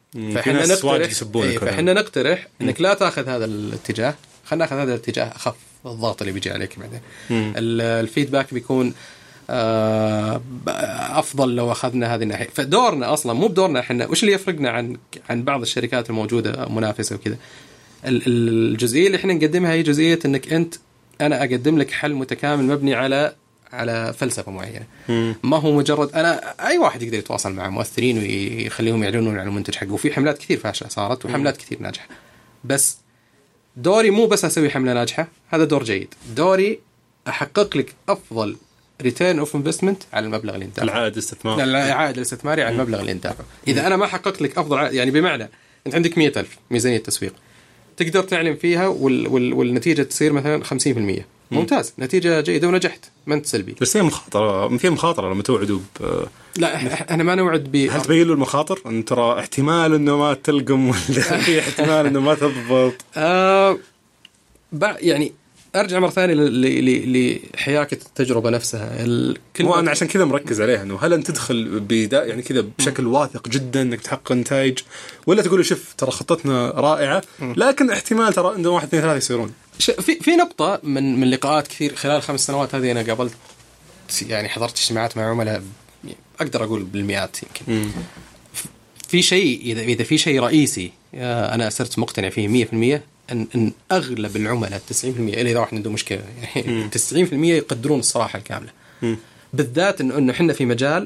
فإحنا نقترح انك لا تاخذ هذا الاتجاه، خلينا ناخذ هذا الاتجاه اخف الضغط اللي بيجي عليك بعدين. الفيدباك بيكون افضل لو اخذنا هذه الناحيه. فدورنا اصلا مو بدورنا احنا، وش اللي يفرقنا عن بعض الشركات الموجوده منافسه وكذا. الجزئيه اللي احنا نقدمها هي جزئيه انك انا اقدم لك حل متكامل مبني على فلسفه معينه. ما هو مجرد اي واحد يقدر يتواصل مع مؤثرين ويخليهم يعلنون عن المنتج حقه. وفي حملات كثير فاشله صارت وحملات كثير ناجحه، بس دوري مو بس اسوي حمله ناجحه، هذا دور جيد. دوري احقق لك افضل ريتيرن اوف انفستمنت على المبلغ اللي انت دافعه، العائد الاستثماري على المبلغ اللي انت دافعه. اذا انا ما حققت لك افضل يعني بمعنى انت عندك 100,000 ميزانيه تسويق، تقدر تعلن فيها والنتيجه تصير مثلا 50%، ممتاز، نتيجه جيده ونجحت، ما انت سلبي. بس هي مخاطره لما توعدوا لا احنا ما نوعد هل تبين له المخاطر ان ترى احتمال انه ما تلقم ولا في احتمال انه ما تضبط؟ يعني ارجع مره ثانيه لحياكه التجربه نفسها. هو انا عشان كذا مركز عليها، انه هل انت تدخل يعني كذا بشكل واثق جدا انك تحقق نتائج، ولا تقول شوف ترى خطتنا رائعه لكن احتمال ترى انه 1 2 3 يصيرون. في نقطه من لقاءات كثير خلال 5 سنوات هذه، انا قابلت يعني حضرت اجتماعات مع عملاء اقدر اقول بالمئات يمكن. في شيء اذا في شيء رئيسي انا صرت مقتنع فيه 100%، ان اغلب العملاء 90% الا اذا واحد عنده مشكله يعني 90% يقدرون الصراحه الكامله. بالذات انه احنا في مجال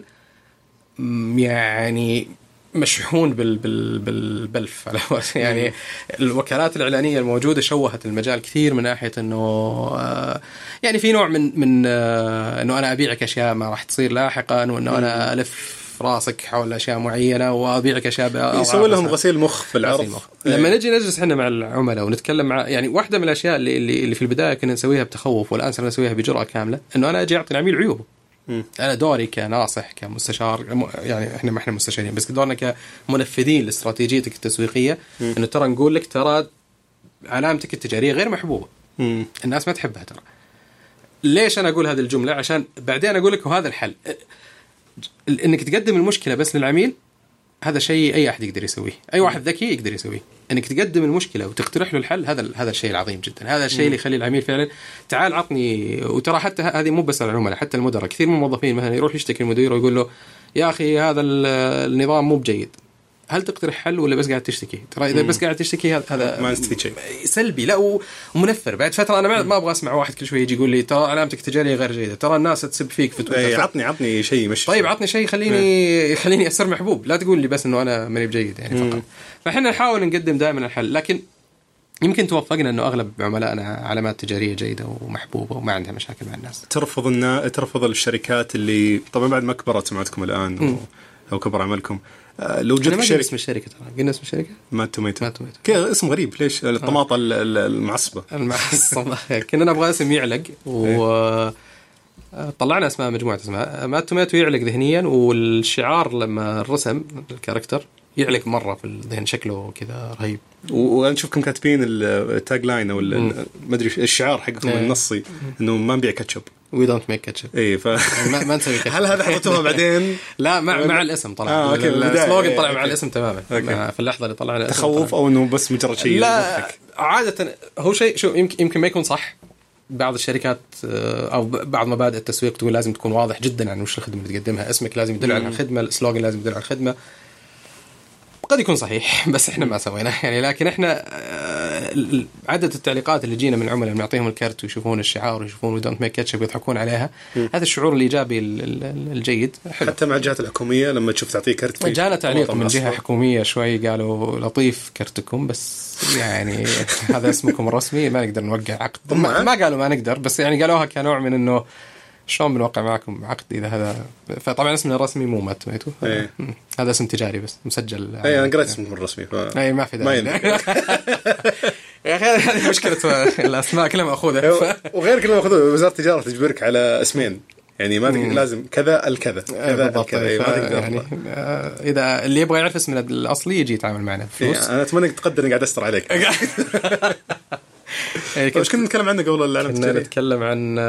يعني مشحون بالبلف يعني الوكالات الاعلانيه الموجوده شوهت المجال كثير من ناحيه انه يعني في نوع من انه انا ابيعك اشياء ما راح تصير لاحقا، وانه انا الف راسك حول اشياء معينه وابيعك اشياء، يسوي لهم غسيل مخ في العرض. لما نجي نجلس احنا مع العملاء ونتكلم مع، يعني واحده من الاشياء اللي في البدايه كنا نسويها بتخوف والان صرنا نسويها بجرأة كامله، انه انا اجي اعطي العميل عيوبه. انا دوري كناصح كمستشار، يعني احنا ما احنا مستشارين، بس دورنا كمنفذين لاستراتيجيتك التسويقيه، انه ترى نقول لك ترى علامتك التجاريه غير محبوبه، الناس ما تحبها. ترى ليش انا اقول هذه الجمله؟ عشان بعدين اقول لك وهذا الحل. انك تقدم المشكله بس للعميل هذا شيء اي احد يقدر يسويه، اي واحد ذكي يقدر يسويه. انك تقدم المشكله وتقترح له الحل، هذا الشيء العظيم جدا. هذا الشيء اللي يخلي العميل فعلا تعال عطني. وترى حتى هذه مو بس العملاء، حتى المدراء، كثير من الموظفين مثلا يروح يشتكي المدير ويقول له يا اخي هذا النظام مو بجيد، هل تقترح حل ولا بس قاعد تشتكي؟ ترى اذا بس قاعد تشتكي هذا ما نستفيد شيء، سلبي لا ومنفر. بعد فتره انا ما ابغى اسمع واحد كل شويه يجي يقول لي ترى علامتك التجاريه غير جيده، ترى الناس تسب فيك في تويتر. عطني شيء مش طيب، عطني شيء يخليني اصير محبوب، لا تقول لي بس انه انا ماني بجيد يعني فقط. فاحنا نحاول نقدم دائما الحل، لكن يمكن توفقنا انه اغلب عملائنا علامات تجاريه جيده ومحبوبه وما عندها مشاكل مع الناس. ترفض الشركات اللي طبعا بعد ما كبرت سمعتكم الان او كبر عملكم، لو جت شركه اسم الشركه، ترى قلنا اسم الشركه ما توميتو كذا اسم غريب. ليش الطماطه المعصبه كنا نبغى اسم يعلق طلعنا اسماء مجموعه اسماء. ما توميتو يعلق ذهنيا، والشعار لما الرسم الكاركتر يعلق مره في الذهن، شكله كذا رهيب. وانا نشوفكم كاتبين التاج لاين او ما ادري الشعار حقكم النصي انه ما نبيع كاتشب، وي دونت ميك كاتشب. اي ما نسوي كاتشب. هل هذا حطيتوها بعدين؟ لا مع الاسم طلع السلوغن طلع مع الاسم تماما. في اللحظه اللي طلعنا تخوف او انه بس مجرد شيء؟ لا عاده هو شيء شو يمكن ما يكون صح، بعض الشركات او بعض مبادئ التسويق تقول لازم تكون واضح جدا عن وش الخدمه اللي تقدمها، اسمك لازم يدل على الخدمه، السلوغن لازم يدل على الخدمه. قد يكون صحيح بس احنا ما سوينا يعني. لكن احنا عدد التعليقات اللي جينا من العملاء اللي نعطيهم الكرت ويشوفون الشعار ويشوفون دونت ميك كاتشب ويضحكون عليها، هذا الشعور الايجابي الجيد حلو. حتى مع الجهات الحكوميه لما تشوف تعطيه كرت جانا تعليق من جهه حكوميه شوي قالوا لطيف كرتكم بس يعني هذا اسمكم الرسمي ما نقدر نوقع عقد. ما قالوا ما نقدر، بس يعني قالوها كنوع من انه شلون بنوقع معكم عقد اذا هذا. فطبعا اسمنا الرسمي مو ماتويتو، هذا اسم تجاري بس مسجل. انا قرأت اسمه الرسمي اي ما في داعي يا اخي هذه مشكله الاسماء كلها ماخوذه وغير كلها ماخوذه. وزاره التجاره تجبرك على اسمين يعني ما لازم كذا الكذا كذا يعني اذا اللي يبغى يعرف اسمنا الاصلي يجي يتعامل معنا بفلوس. انا اتمنى تقدر اني قاعد استر عليك. ايش كنا نتكلم عنه قبل الاعلان التجاري؟ نتكلم عن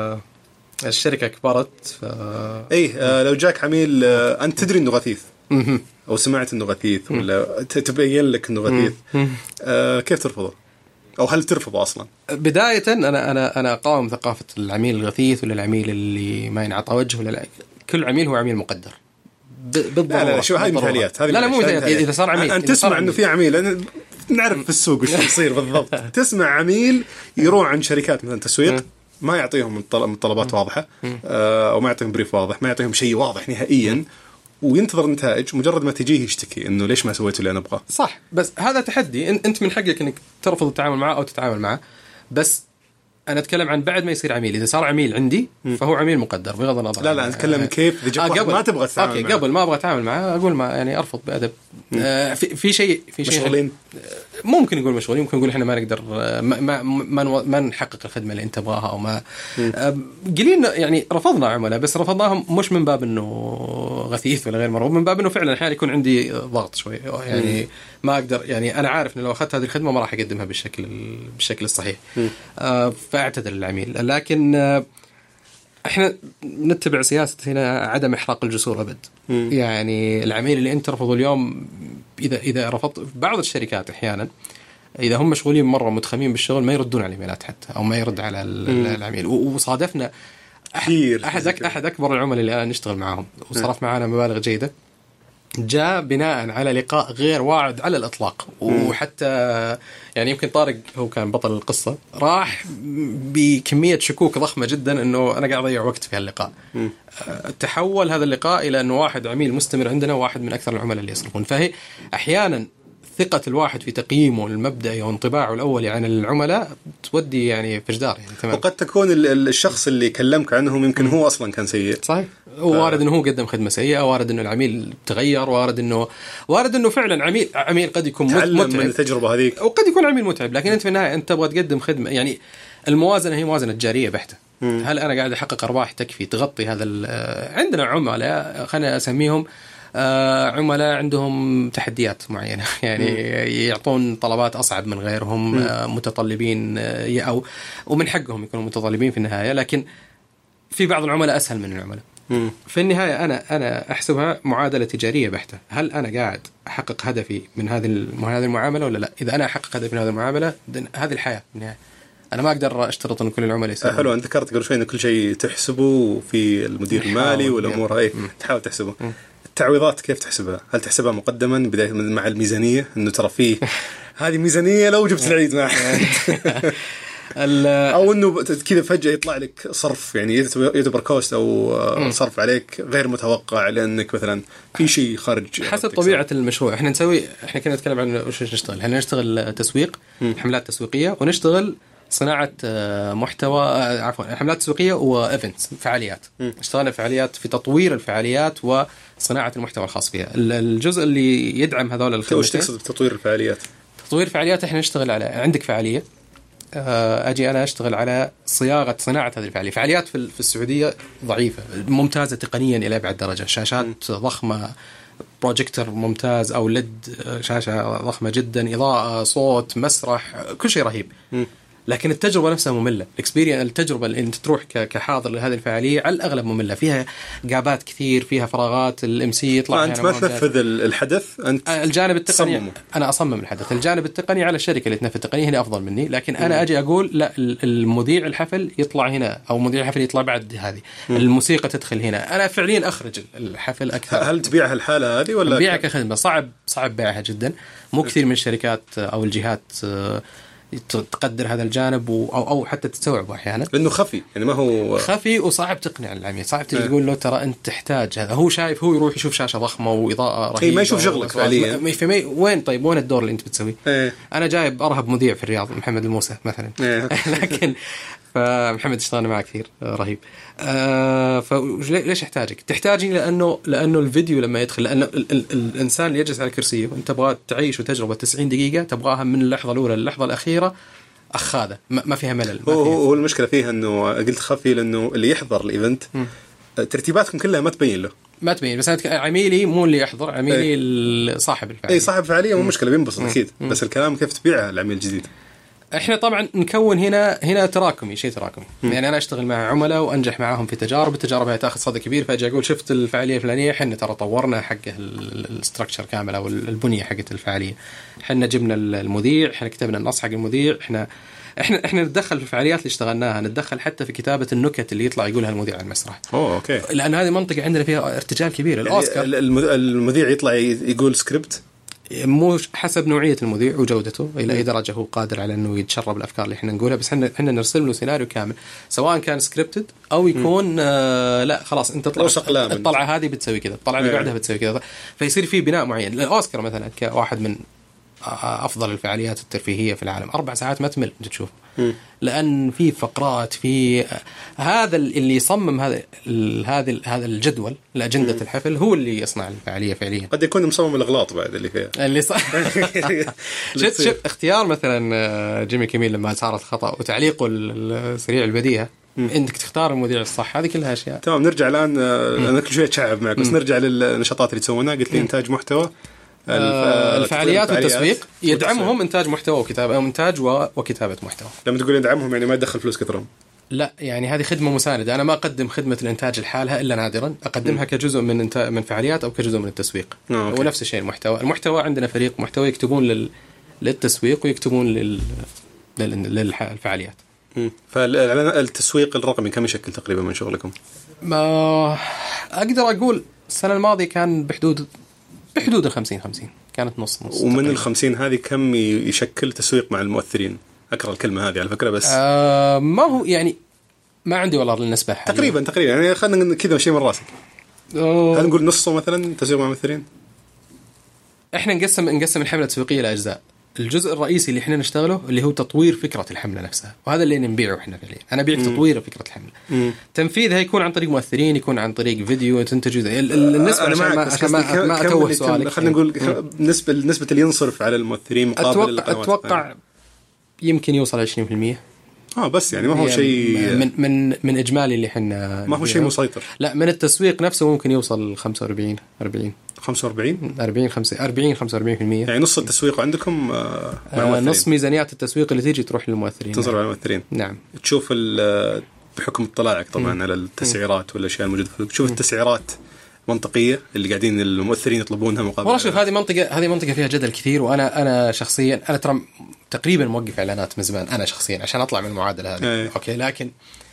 الشركة كبرت لو جاك عميل أنت تدري إنه غثيث أو سمعت إنه غثيث ولا تبين لك إنه غثيث، كيف ترفضه؟ أو هل ترفضه أصلا؟ بداية أنا أقاوم ثقافة العميل الغثيث ولا العميل اللي ما ينعطى وجه ولا لا. كل عميل هو عميل مقدر بالضبط. لا شو هاي مثاليات. لا مو مثاليات. إذا صار عميل أنت تسمع إنه في عميل نعرف في السوق وش يصير بالضبط. تسمع عميل يروح عن شركات مثلا تسويق ما يعطيهم متطلبات واضحة أو ما يعطيهم بريف واضح، ما يعطيهم شيء واضح نهائيا، وينتظر نتائج. مجرد ما تجيه يشتكي إنه ليش ما سويتوا اللي أنا أبغاه. صح، بس هذا تحدي. أنت من حقك إنك ترفض التعامل معه أو تتعامل معه. بس أنا أتكلم عن بعد ما يصير عميل. إذا صار عميل عندي فهو عميل مقدر بغض النظر. لا أتكلم كيف قبل ما تبغى تتعامل معه. قبل ما أبغى أتعامل معه أقول ما يعني أرفض بأدب. في شيء مشغولين. ممكن نقول مشغولين، ممكن نقول إحنا ما نقدر ما نحقق الخدمة اللي أنت تبغاها أو ما قلينا يعني. رفضنا عملاء بس رفضناهم مش من باب إنه غثيث ولا غير مرغوب، من باب إنه فعلا أحيانا يكون عندي ضغط شوي يعني ما أقدر يعني. أنا عارف إن لو أخذت هذه الخدمة ما راح أقدمها بالشكل الصحيح، فاعتذر العميل. لكن احنا نتبع سياسة هنا عدم إحراق الجسور أبد. يعني العميل اللي أنت ترفضه اليوم إذا رفضت، بعض الشركات أحيانا إذا هم مشغولين مرة متخمين بالشغل ما يردون على الإيميلات حتى أو ما يرد على العميل. وصادفنا أحد أكبر العملاء اللي أنا نشتغل معهم وصرف معنا مبالغ جيدة، جاء بناء على لقاء غير واعد على الإطلاق. وحتى يعني يمكن طارق هو كان بطل القصة، راح بكمية شكوك ضخمة جدا أنه أنا قاعد أضيع وقت في هاللقاء. تحول هذا اللقاء إلى أنه واحد عميل مستمر عندنا، واحد من أكثر العملاء اللي يصرفون. فهي أحيانا ثقة الواحد في تقييمه المبدئي وانطباعه الأولي عن العملاء تودي يعني في جدار يعني. تمام. وقد تكون الشخص اللي كلمك عنهم يمكن هو أصلا كان سيء. صحيح. وارد انه هو قدم خدمه سيئه، وارد انه العميل تغير، وارد انه فعلا عميل قد يكون متعب من التجربه هذيك، وقد يكون عميل متعب. لكن انت في النهايه انت تبغى تقدم خدمه يعني. الموازنه هي موازنه تجاريه بحته. هل انا قاعد احقق ارباح تكفي تغطي هذا؟ عندنا عملاء خلينا اسميهم عملاء عندهم تحديات معينه يعني يعطون طلبات اصعب من غيرهم، متطلبين او ومن حقهم يكونوا متطلبين في النهايه. لكن في بعض العملاء اسهل من العملاء. في النهاية أنا أحسبها معادلة تجارية بحتة. هل أنا قاعد أحقق هدفي من هذه المعاملة ولا لا؟ إذا أنا أحقق هدفي من هذه المعاملة هذه الحياة. النهاية أنا ما أقدر أشترط أن كل العملاء يسوون. حلو. أنت ذكرت قبل شوي أن كل شيء تحسبه في المدير المالي والأمور هاي تحاول تحسبه. التعويضات كيف تحسبها؟ هل تحسبها مقدما بداية مع الميزانية إنه ترى فيه هذه ميزانية لو جبت العيد معها أو إنه كذا فجأة يطلع لك صرف يعني يعتبر كوست أو صرف عليك غير متوقع لأنك مثلا في شيء خارج حسب طبيعة المشروع. إحنا كنا نتكلم عن وش نشتغل. إحنا نشتغل تسويق، حملات تسويقية، ونشتغل صناعة محتوى حملات تسويقية وإيفنتس فعاليات. اشتغلنا فعاليات في تطوير الفعاليات وصناعة المحتوى الخاص فيها. الجزء اللي يدعم هذول الخدمتين. وش تقصد بتطوير الفعاليات؟ تطوير فعاليات إحنا نشتغل على عندك فعالية أجي أنا أشتغل على صناعة هذه الفعالية. فعاليات في السعودية ضعيفة، ممتازة تقنيا إلى أبعد درجة، شاشات ضخمة، بروجيكتور ممتاز أو ليد شاشة ضخمة جدا، إضاءة، صوت، مسرح، كل شيء رهيب. لكن التجربه نفسها ممله. التجربه اللي انت تروح كحاضر لهذه الفعاليه على الاغلب ممله، فيها جابات كثير، فيها فراغات، الام سي يطلع. انت ما تنفذ الحدث، انت الجانب التقني تصممه. انا اصمم الحدث، الجانب التقني على الشركه اللي تنفذ التقنيه هنا افضل مني، لكن انا اجي اقول لا، المذيع الحفل يطلع هنا، او مذيع الحفل يطلع بعد هذه، الموسيقى تدخل هنا، انا فعليا اخرج الحفل اكثر. هل تبيعها الحاله هذه ولا تبيعها كخدمه؟ صعب بيعها جدا. مو كثير من الشركات او الجهات تقدر هذا الجانب او حتى تستوعبه احيانا، لانه خفي، يعني ما هو خفي وصعب تقنع العميل، صعب تقول له ترى انت تحتاج هذا. هو شايف، هو يروح يشوف شاشه ضخمه واضاءه رهيبه، ما يشوف شغلك فعليا. وين طيب وين الدور اللي انت بتسويه؟ انا جايب ارهب مذيع في الرياض، محمد الموسى مثلا. لكن فمحمد اشتغلنا معه كثير، رهيب. فليش احتاجك؟ تحتاجني لانه الفيديو لما يدخل، لأن الانسان اللي يجلس على كرسيه وانت تبغى تعيش تجربه 90 دقيقه، تبغاها من اللحظه الاولى للحظه الاخيره اخاذه، ما فيها ملل. هو المشكله فيها انه قلت خفي، لانه اللي يحضر الايفنت ترتيباتكم كلها ما تبين له، ما تبين. بس عميلي مو اللي يحضر، عميلي صاحب الفعاليه. صاحب الفعاليه مو مشكله، بينبسط اكيد. بس الكلام كيف تبيعها العميل الجديد. احنا طبعا نكون هنا تراكمي، شيء تراكمي. يعني انا اشتغل مع عملاء وانجح معاهم في التجارب هي تاخذ صدى كبير، فاجي اقول شفت الفعاليه الفلانيه، احنا ترى طورنا حقه الاستراكشر كامل او البنيه حقت الفعاليه، احنا جبنا المذيع، احنا كتبنا النص حق المذيع، احنا نتدخل في الفعاليات اللي اشتغلناها، نتدخل حتى في كتابه النكت اللي يطلع يقولها المذيع على المسرح. اوكي. لان هذه منطقه عندنا فيها ارتجال كبير. الاوسكار المذيع يطلع يقول سكريبت، مو حسب نوعية المذيع وجودته إلى أي درجة هو قادر على أنه يتشرب الأفكار اللي إحنا نقولها. بس إحنا نرسل له سيناريو كامل، سواء كان سكريبتد أو يكون لا خلاص أنت الطلعة هذه بتسوي كذا، الطلعة اللي بعدها بتسوي كذا، فيصير في بناء معين. الأوسكار مثلا كواحد من أفضل الفعاليات الترفيهية في العالم، 4 ساعات ما تمل أنت تشوف، لأن في فقرات، في هذا اللي يصمم هذا الجدول، الأجندة الحفل، هو اللي يصنع الفعالية فعليا. قد يكون مصمم الأغلاط بعد اللي فيها اللي شوف اختيار مثلا جيمي كيميل لما صارت خطأ، وتعليقه السريع البديهة، انك تختار المذيع الصح، هذه كلها اشياء. تمام. نرجع الان، انا كل شويه اتشعب معك، بس نرجع للنشاطات اللي تسوونها. قلت لي انتاج محتوى، الفعاليات والتسويق، يدعمهم انتاج محتوى وكتابه، او انتاج وكتابه محتوى. لما تقول يدعمهم يعني ما يدخل فلوس كثرهم؟ لا، يعني هذه خدمه مسانده. انا ما اقدم خدمه الانتاج لحالها الا نادرا، اقدمها كجزء من فعاليات او كجزء من التسويق. ونفس الشيء المحتوى عندنا فريق محتوى يكتبون للتسويق ويكتبون للفعاليات. فالتسويق الرقمي كم يشكل تقريبا من شغلكم؟ ما اقدر اقول السنه الماضيه كان بحدود 50-50، كانت نص. ومن ال50 هذه كم يشكل تسويق مع المؤثرين؟ أكره الكلمة هذه على فكرة، بس ما هو يعني ما عندي والله النسبة تقريبا يعني خلينا كذا شيء من راسك. هل نقول نصه مثلا تسويق مع المؤثرين؟ احنا نقسم الحملة التسويقية لأجزاء. الجزء الرئيسي اللي احنا نشتغله اللي هو تطوير فكرة الحملة نفسها، وهذا اللي نبيعه احنا فعليا. انا ابيع تطوير فكرة الحملة. تنفيذها يكون عن طريق مؤثرين، يكون عن طريق فيديو تنتج. النسبة عشان ما اتوه سؤالك، خلينا نقول نسبة اللي ينصرف على المؤثرين مقابل القنوات. اتوقع يمكن يوصل 20%. بس يعني ما هو شيء من اجمالي اللي احنا، ما هو شيء مسيطر. لا، من التسويق نفسه ممكن يوصل 45-40. 45%. يعني نص التسويق عندكم نص ميزانيات التسويق اللي تيجي تروح للمؤثرين، تصرف على المؤثرين. نعم. تشوف بحكم اطلاعك طبعا على التسعيرات والاشياء الموجوده، تشوف التسعيرات منطقيه اللي قاعدين المؤثرين يطلبونها مقابل. والله شوف، هذه منطقه فيها جدل كثير، وانا شخصيا انا ترى تقريبا موقف اعلانات من زمان انا شخصيا عشان اطلع من المعادله هذه. اوكي، لكن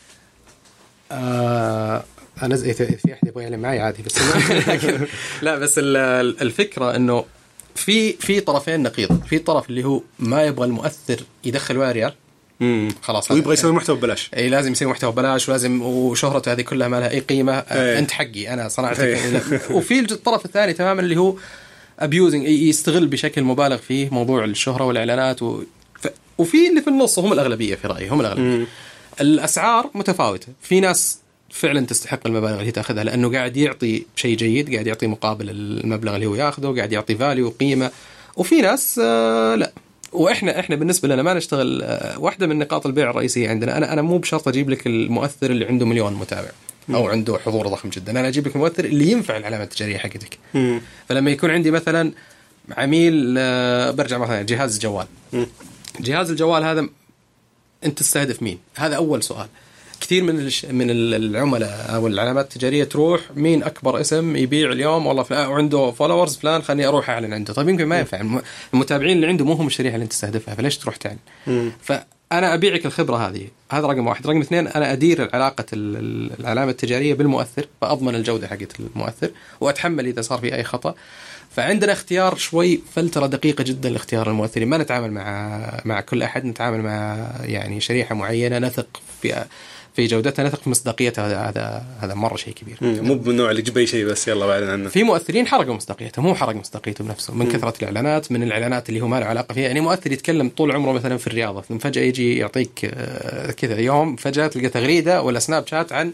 انا في احد يبغى يعلم معي عادي، بس لكن لا، بس الفكره انه في طرفين نقيض. في طرف اللي هو ما يبغى المؤثر يدخل ولا ريال، خلاص، ويبغى يسوي محتوى ببلاش. اي لازم يسوي محتوى ببلاش، ولازم وشهرته هذه كلها ما لها اي قيمه. انت حقي، انا صنعتك. وفي الطرف الثاني تماما اللي هو abusing، يستغل بشكل مبالغ فيه موضوع الشهره والاعلانات وفي اللي في النص هم الاغلبيه في رايي، هم الاغلبيه. الاسعار متفاوته، في ناس فعلا تستحق المبالغ اللي تاخذها لانه قاعد يعطي شيء جيد، قاعد يعطي مقابل المبلغ اللي هو ياخذه، قاعد يعطي فاليو وقيمه. وفي ناس لا. واحنا بالنسبه لنا ما نشتغل. واحده من نقاط البيع الرئيسيه عندنا، انا مو بشرط اجيب لك المؤثر اللي عنده 1,000,000 متابع او عنده حضور ضخم جدا، انا اجيب لك المؤثر اللي ينفع العلامه التجاريه حقتك. فلما يكون عندي مثلا عميل، برجع مثلا جهاز الجوال، جهاز الجوال هذا انت تستهدف مين. هذا اول سؤال. كثير من العملاء او العلامات التجاريه تروح مين اكبر اسم يبيع اليوم، والله فلان وعنده فولورز فلان خليني اروح اعلن عنده. طيب يمكن ما ينفع، المتابعين اللي عنده مو هم الشريحه اللي انت تستهدفها، فليش تروح تعلن؟ فانا ابيعك الخبره هذه. هذا رقم واحد. رقم اثنين، انا ادير علاقه العلامه التجاريه بالمؤثر، فاضمن الجوده حقت المؤثر واتحمل اذا صار في اي خطا. فعندنا اختيار شوي فلترة دقيقة جدا لاختيار الممثلين. ما نتعامل مع كل أحد، نتعامل مع يعني شريحة معينة نثق في جودتها، نثق في مصداقيتها. هذا مرة شيء كبير. مو بالنوع اللي يجيب أي شيء بس يلا بعدين عنه. في مؤثرين حرقوا مصداقيته، مو حرق مصداقيته بنفسه من كثرة الإعلانات، من الإعلانات اللي هو ما له علاقة فيها. يعني مؤثر يتكلم طول عمره مثلا في الرياضة، ثم فجأة يجي يعطيك كذا يوم فجأة تلقى تغريدة ولا سناب شات عن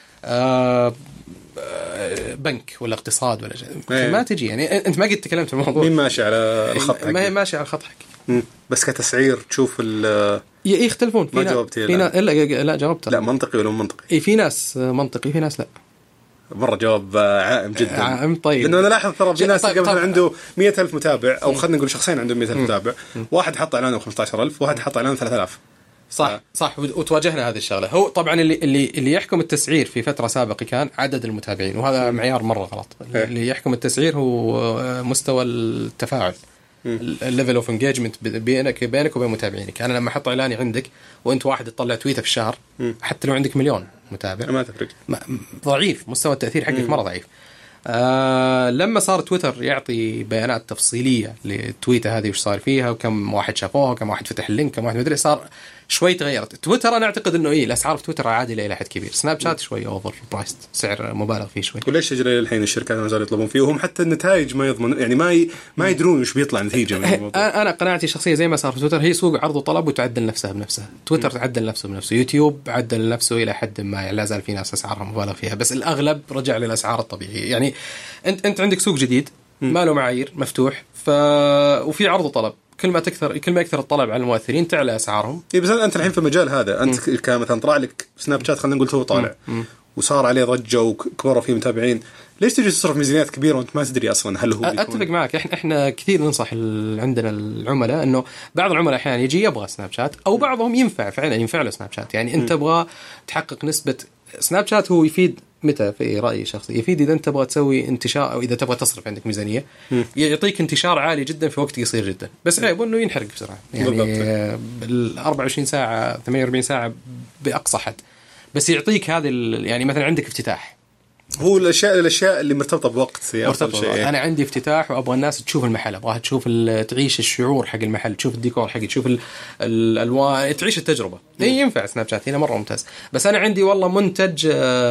بنك ولا اقتصاد ولا شيء. ما تجي يعني انت ما قد تكلمت في الموضوع. مين ماشي على الخط حقك؟ ما ماشي على الخط حقك. بس كتسعير تشوف يختلفون. ما جاوبت لا جاوبت. لا منطقي ولا منطقي؟ في ناس منطقي في ناس لا. مرة جواب عائم جدا. عائم. طيب لأنه أنا لاحظ ترى في ناس مثلا عنده 100,000 متابع أو خلينا نقول شخصين عندهم 100,000 متابع، واحد حط إعلانه 15,000 وواحد حط إعلانه 3,000. صح وتواجهنا هذه الشغله. هو طبعا اللي يحكم التسعير في فتره سابقه كان عدد المتابعين، وهذا معيار مره غلط. اللي يحكم التسعير هو مستوى التفاعل، الليفل اوف انجيجمنت بينك وبين متابعينك. انا لما احط اعلاني عندك وانت واحد تطلع تويته في الشهر، حتى لو عندك 1,000,000 متابع ما تفرق، ضعيف مستوى التاثير حقك مره ضعيف. لما صار تويتر يعطي بيانات تفصيليه للتويته هذه وش صار فيها وكم واحد شافوها وكم واحد فتح اللينك كم واحد مدري، صار شوي تغيرت. تويتر انا اعتقد انه الاسعار في تويتر عادله الى حد كبير. سناب شات شوي اوفر برايست، سعر مبالغ فيه شوي. وليش يجري الحين الشركات ما زالوا يطلبون فيه وهم حتى النتائج ما يضمن، يعني ما يدرون وش بيطلع نتيجه من الموضوع. انا قناعتي الشخصيه زي ما صار في تويتر، هي سوق عرض وطلب وتعدل نفسها بنفسها. تويتر تعدل نفسه بنفسه، يوتيوب عدل نفسه الى حد ما، يعني لا زال في ناس اسعارها مبالغ فيها، بس الاغلب رجع للاسعار الطبيعيه. يعني انت عندك سوق جديد ما له معايير مفتوح، وفي عرض وطلب. كل ما يكثر الطلب على المؤثرين تعلى اسعارهم. بس انت الحين في المجال هذا، انت كمثلا طلع لك سناب شات خلينا نقول تو طالع وصار عليه ضجه وكبروا فيه متابعين، ليش تجي تصرف ميزانيات كبيره وانت ما تدري اصلا هل هو بيكون؟ اتفق معك. احنا كثير ننصح عندنا العملاء انه بعض العملاء احيانا يجي يبغى سناب شات، او بعضهم فعلا ينفع له سناب شات. يعني انت تبغى تحقق نسبه. سناب شات هو يفيد متى في رأيي الشخصي؟ يفيد إذا أنت تبغى تسوي انتشار أو إذا تبغى تصرف عندك ميزانية، يعطيك انتشار عالي جدا في وقت قصير جدا، بس عيب إنه ينحرق بسرعة. يعني 24 ساعة 48 ساعة بأقصى حد، بس يعطيك هذه يعني مثلا عندك افتتاح، هو الأشياء اللي مرتبطة بوقت مرتبطة. أنا عندي افتتاح وأبغى الناس تشوف المحل، أبغاها تشوف تعيش الشعور حق المحل، تشوف الديكور حقه، تشوف الألوان، تعيش التجربة. ينفع سناب شات هنا مرة ممتاز. بس أنا عندي والله منتج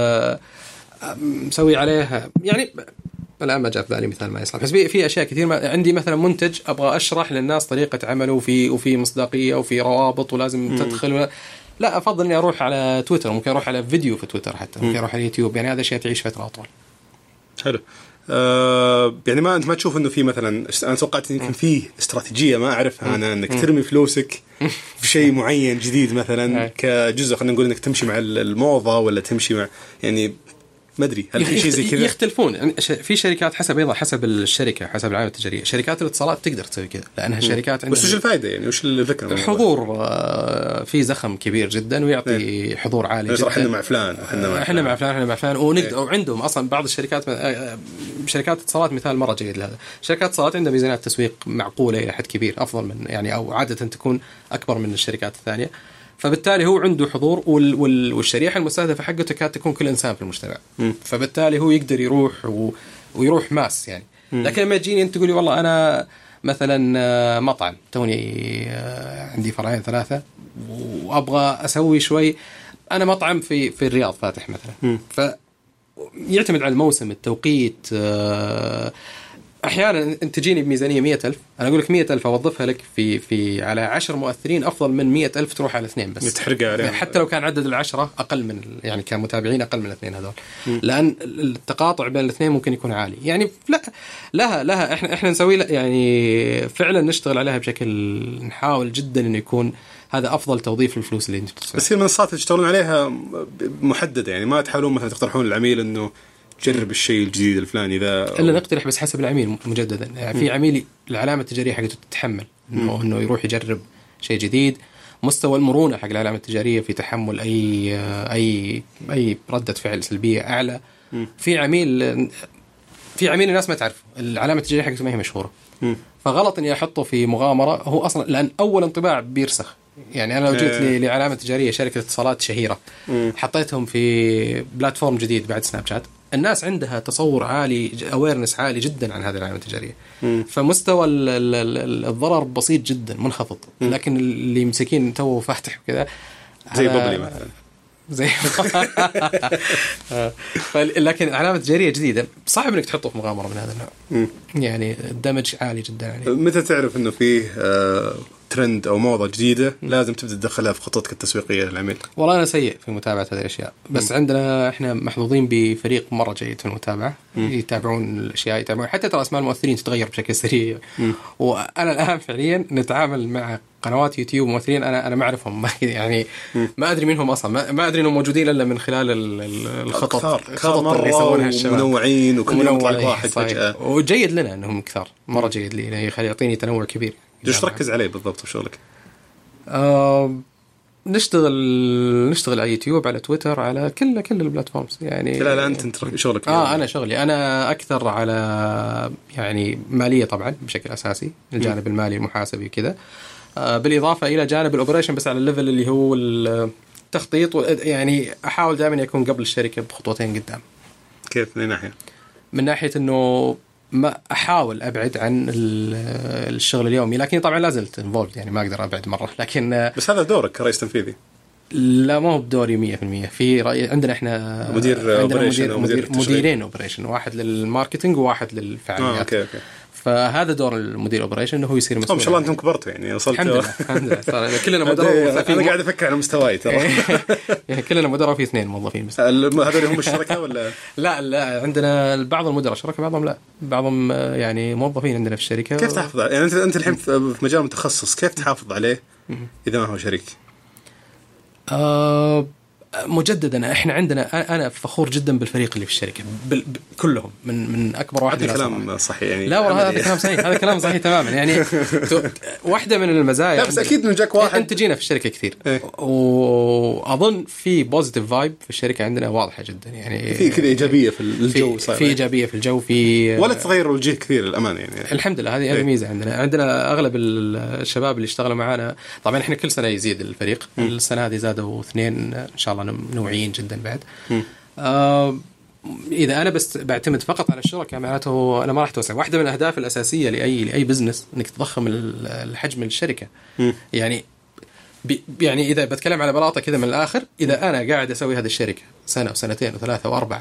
مسوي عليه، يعني الآن ما جاء في بالي مثال ما يصلح، بس في أشياء كثير. عندي مثلا منتج أبغى أشرح للناس طريقة عمله وفي مصداقية وفي روابط ولازم تدخل. لا، أفضل إني أروح على تويتر، ممكن أروح على فيديو في تويتر، حتى ممكن أروح على يوتيوب. يعني هذا شيء تعيش فترة أطول. حلو. يعني أنت ما تشوف إنه في مثلا، أنا توقعت يمكن فيه استراتيجية ما أعرفها أنا، إنك ترمي فلوسك في شيء معين جديد مثلا كجزء، خلينا نقول إنك تمشي مع الموضة ولا تمشي مع، يعني ما أدري هل في شيء زي كذا؟ يختلفون. يعني في شركات حسب الشركة، حسب العلامة التجارية. شركات الاتصالات تقدر تسوي كذا لأنها شركات عندها. بس وش الفائدة يعني؟ وش الفكرة؟ حضور في زخم كبير جدا ويعطي حضور عالي جدا. إحنا مع فلان إحنا مع فلان ونقدر. وعندهم أصلا بعض الشركات، شركات اتصالات مثال مرة جيد لهذا. شركات اتصالات عندها ميزانيات تسويق معقولة إلى حد كبير، أفضل من يعني أو عادة تكون أكبر من الشركات الثانية. فبالتالي هو عنده حضور، والشريحة المستهدفة حقته تكاد تكون كل إنسان في المجتمع. فبالتالي هو يقدر يروح ويروح ماس يعني. لكن لما تجيني أنت تقولي والله أنا مثلا مطعم توني عندي فرعين 3 وأبغى أسوي شوي، أنا مطعم في الرياض فاتح مثلا، فيعتمد على الموسم، التوقيت. أحيانا أنت تجيني بميزانية 100,000، أنا أقول لك 100,000 أوظفها لك في على 10 مؤثرين، أفضل من 100,000 تروح على 2 بس، تحرق عليهم. حتى لو كان عدد 10 أقل من، يعني كمتابعين أقل من 2 هذول، لأن التقاطع بين 2 ممكن يكون عالي. يعني لها إحنا نسوي يعني فعلا نشتغل عليها بشكل، نحاول جدا إنه يكون هذا أفضل توظيف الفلوس اللي أنت بتدفعها. بس المنصات اللي تشتغلون عليها محددة، يعني ما تحاولون مثلا تقترحون للعميل إنه جرب الشيء الجديد الفلاني ذا، إلا نقترح بس حسب العميل مجددا. يعني في عميل العلامة التجارية حقته تتحمل إنه يروح يجرب شيء جديد، مستوى المرونة حق العلامة التجارية في تحمل أي ردة فعل سلبية أعلى. في عميل الناس ما تعرف العلامة التجارية حقته ما هي مشهورة، فغلط إني أحطه في مغامرة هو أصلا، لأن أول انطباع بيرسخ. يعني أنا لو جيت لعلامة تجارية شركة اتصالات شهيرة حطيتهم في بلاتفورم جديد بعد سناب شات، الناس عندها تصور عالي، awareness عالي جدا عن هذه العلامة التجارية، فمستوى الضرر بسيط جدا منخفض. لكن اللي مسكين توه فاتح وكذا زي بابلي مثلا زي لكن علامة تجارية جديدة صعب انك تحطه في مغامرة من هذا النوع. يعني الدمج عالي جدا عليه. متى تعرف انه فيه ترند او موضة جديدة لازم تبدأ تدخلها في خطتك التسويقية للعميل؟ والله انا سيء في متابعة هذه الاشياء، بس عندنا احنا محظوظين بفريق مرة جيد في المتابعة، يتابعون الاشياء، يتابعون حتى ترى اسماء الممثلين تتغير بشكل سريع. وانا الان فعليا نتعامل مع قنوات يوتيوب ممثلين انا ما اعرفهم يعني ما ادري منهم اصلا، ما ادري انهم موجودين الا من خلال الخطط اللي يسوونها الشباب، منوعين وكل يوم طلع واحد فجأة. وجيد لنا انهم كثار، مره جيد لي، يخلي يعطيني تنوع كبير. ايش تركز عليه بالضبط في شغلك؟ نشتغل على يوتيوب، على تويتر، على كل البلاتفورمز يعني. لا انت شغلك انا شغلي انا اكثر على يعني ماليه طبعا بشكل اساسي، الجانب المالي المحاسبي كذا، بالاضافه الى جانب الاوبريشن بس على الليفل اللي هو التخطيط، يعني احاول دائما يكون قبل الشركه بخطوتين قدام. كيف من ناحيه انه ما احاول ابعد عن الشغل اليومي، لكن طبعا لازلت انفولد، يعني ما اقدر ابعد مره، لكن بس هذا دورك كرئيس تنفيذي. لا ما هو بدوري 100%. في عندنا احنا مديرين اوبريشن، واحد للماركتينج وواحد للفعاليات. اوكي. فهذا دور المدير اوبريشن انه هو يصير مسؤول. ما شاء الله انتم كبرتوا يعني وصلتوا. الحمد لله صار كلنا مدراء. انا قاعد افكر على مستواي ترى. يعني كلنا مدراء، في 2 موظفين بس. هذول هم الشركه ولا لا عندنا بعض المدراء شركه، بعضهم لا، بعضهم يعني موظفين عندنا في الشركه. كيف تحافظ يعني انت الحين في مجال متخصص، كيف تحافظ عليه اذا ما هو شريك؟ مجددا احنا عندنا، انا فخور جدا بالفريق اللي في الشركه كلهم، من اكبر واحد. هذا كلام صحيح يعني. لا والله هذا كلام صحيح، هذا كلام صحيح تماما يعني. واحده من المزايا، بس اكيد من جاك واحد. انت جينا في الشركه كثير واظن في بوزيتيف فايب في الشركه عندنا واضحه جدا، يعني في كذا ايجابيه في الجو، في ايجابيه في الجو، في ولا تغير الوجه كثير الامانه يعني. الحمد لله هذه ميزه عندنا اغلب الشباب اللي اشتغلوا معنا. طبعا احنا كل سنه يزيد الفريق، السنه هذه زادوا 2 ان شاء الله، نوعيين جدا بعد. إذا أنا بس بعتمد فقط على الشركة معناته أنا ما راح توسع. واحدة من الأهداف الأساسية لأي بزنس إنك تضخم الحجم الشركة. يعني إذا بتكلم على بلاطة كذا من الآخر، إذا أنا قاعد أسوي هذه الشركة سنة وسنتين و3 و4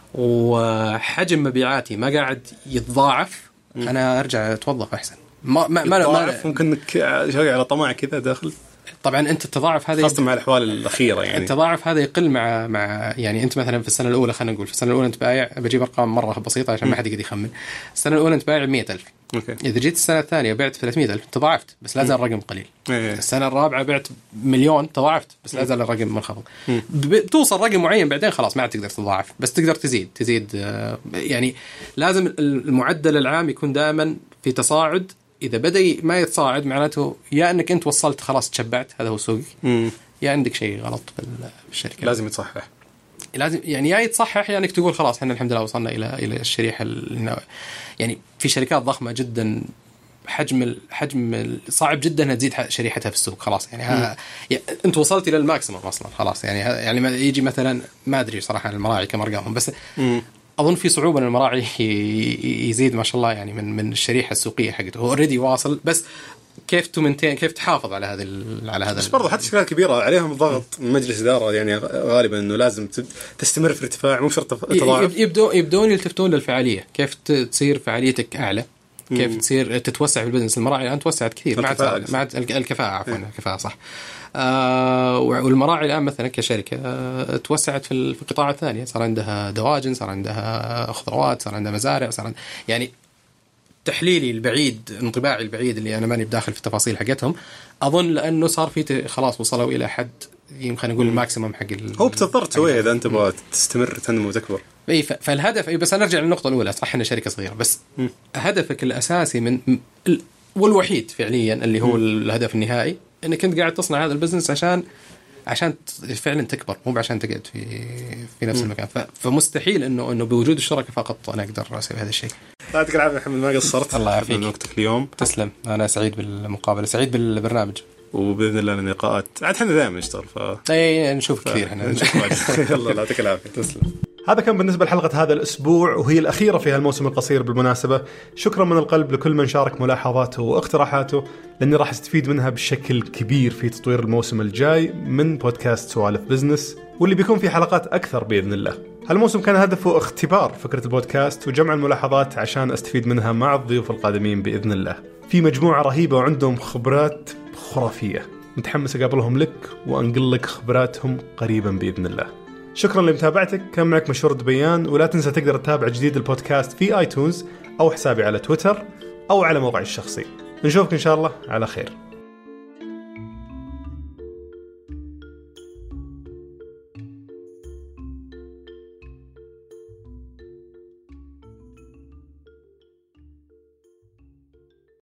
وحجم مبيعاتي ما قاعد يتضاعف، أنا أرجع أتوظف أحسن. ما ممكن إنك على طمع كذا داخل. طبعا انت التضاعف هذا خاصة مع الاحوال الاخيره، يعني التضاعف هذا يقل مع يعني انت مثلا في السنه الاولى، خلينا نقول في السنه الاولى انت بايع، بجيب ارقام مره بسيطه عشان ما حد يقدر يخمن. السنه الاولى انت بايع 100,000. اوكي. اذا جيت السنه الثانيه بعت 300,000 تضاعفت، بس لا زال الرقم قليل. السنه الرابعه بعت 1,000,000 تضاعفت، بس لا زال الرقم منخفض. توصل رقم معين بعدين خلاص ما عاد تقدر تضاعف، بس تقدر تزيد يعني لازم المعدل العام يكون دائما في تصاعد. إذا بدأ ما يتصاعد معناته يا أنك أنت وصلت خلاص تشبعت، هذا هو سوقك، يا عندك شيء غلط في الشركة. لازم يتصحح، لازم يعني يا يتصحح، يعني أنك تقول خلاص إحنا الحمد لله وصلنا إلى الشريحة يعني في شركات ضخمة جدا حجم صعب جدا أنها تزيد شريحتها في السوق خلاص، يعني أنت وصلت إلى الماكسيمم أصلا خلاص. يعني ما يجي مثلا ما أدري صراحة المراعي كم أرقامهم، بس أظن في صعوبة أن المراعي يزيد ما شاء الله يعني من الشريحة السوقية حقته، هو أوريدي واصل، بس كيف تحافظ على هذا بس برضو حتى شركات كبيرة عليهم ضغط من مجلس إدارة، يعني غالبا إنه لازم تستمر في ارتفاع، مو شرط تضاعف. يبدون يلتفتون للفعالية، كيف تصير فعاليتك أعلى، كيف تصير تتوسع في البزنس. المراعي الآن توسعت كثير مع الكفاءة، عفوا الكفاءة صح. والمراعي الآن مثلا كشركة توسعت في القطاع الثاني، صار عندها دواجن، صار عندها خضروات، صار عندها مزارع، يعني تحليلي البعيد، انطباعي البعيد اللي أنا ماني بداخل في التفاصيل حقتهم، أظن لأنه صار في خلاص وصلوا إلى حد خلينا نقول الماكسيمم حق هو بتضطر تسويه إذا أنت بغيت تستمر تنمو وتكبر. فالهدف بس أنا أرجع للنقطة الأولى، صح إحنا شركة صغيرة، بس هدفك الأساسي والوحيد فعليا اللي هو الهدف النهائي انك انت قاعد تصنع هذا البزنس عشان فعلا تكبر، مو عشان تقعد في نفس المكان. فمستحيل انه بوجود الشركه فقط انا اقدر اسوي هذا الشيء. يعطيك العافيه محمد، ما قصرت. الله يعافيك من وقتك اليوم. تسلم. انا سعيد بالمقابله، سعيد بالبرنامج، وباذن الله اللقاءات عاد احنا دائما نشتغل اي نشوف كثير احنا. يلا يعطيك العافيه. تسلم. هذا كان بالنسبة لحلقة هذا الأسبوع، وهي الأخيرة في هالموسم القصير بالمناسبة. شكرا من القلب لكل من شارك ملاحظاته واقتراحاته، لأني راح استفيد منها بشكل كبير في تطوير الموسم الجاي من بودكاست سوالف بزنس، واللي بيكون في حلقات أكثر بإذن الله. هالموسم كان هدفه اختبار فكرة البودكاست وجمع الملاحظات عشان أستفيد منها مع الضيوف القادمين بإذن الله. في مجموعة رهيبة وعندهم خبرات خرافية، متحمس أقابلهم لك وأنقل لك خبراتهم قريبا بإذن الله. شكرا لمتابعتك. كان معك مشهور دبيان، ولا تنسى تقدر تتابع جديد البودكاست في آيتونز أو حسابي على تويتر أو على موقعي الشخصي. نشوفك إن شاء الله على خير.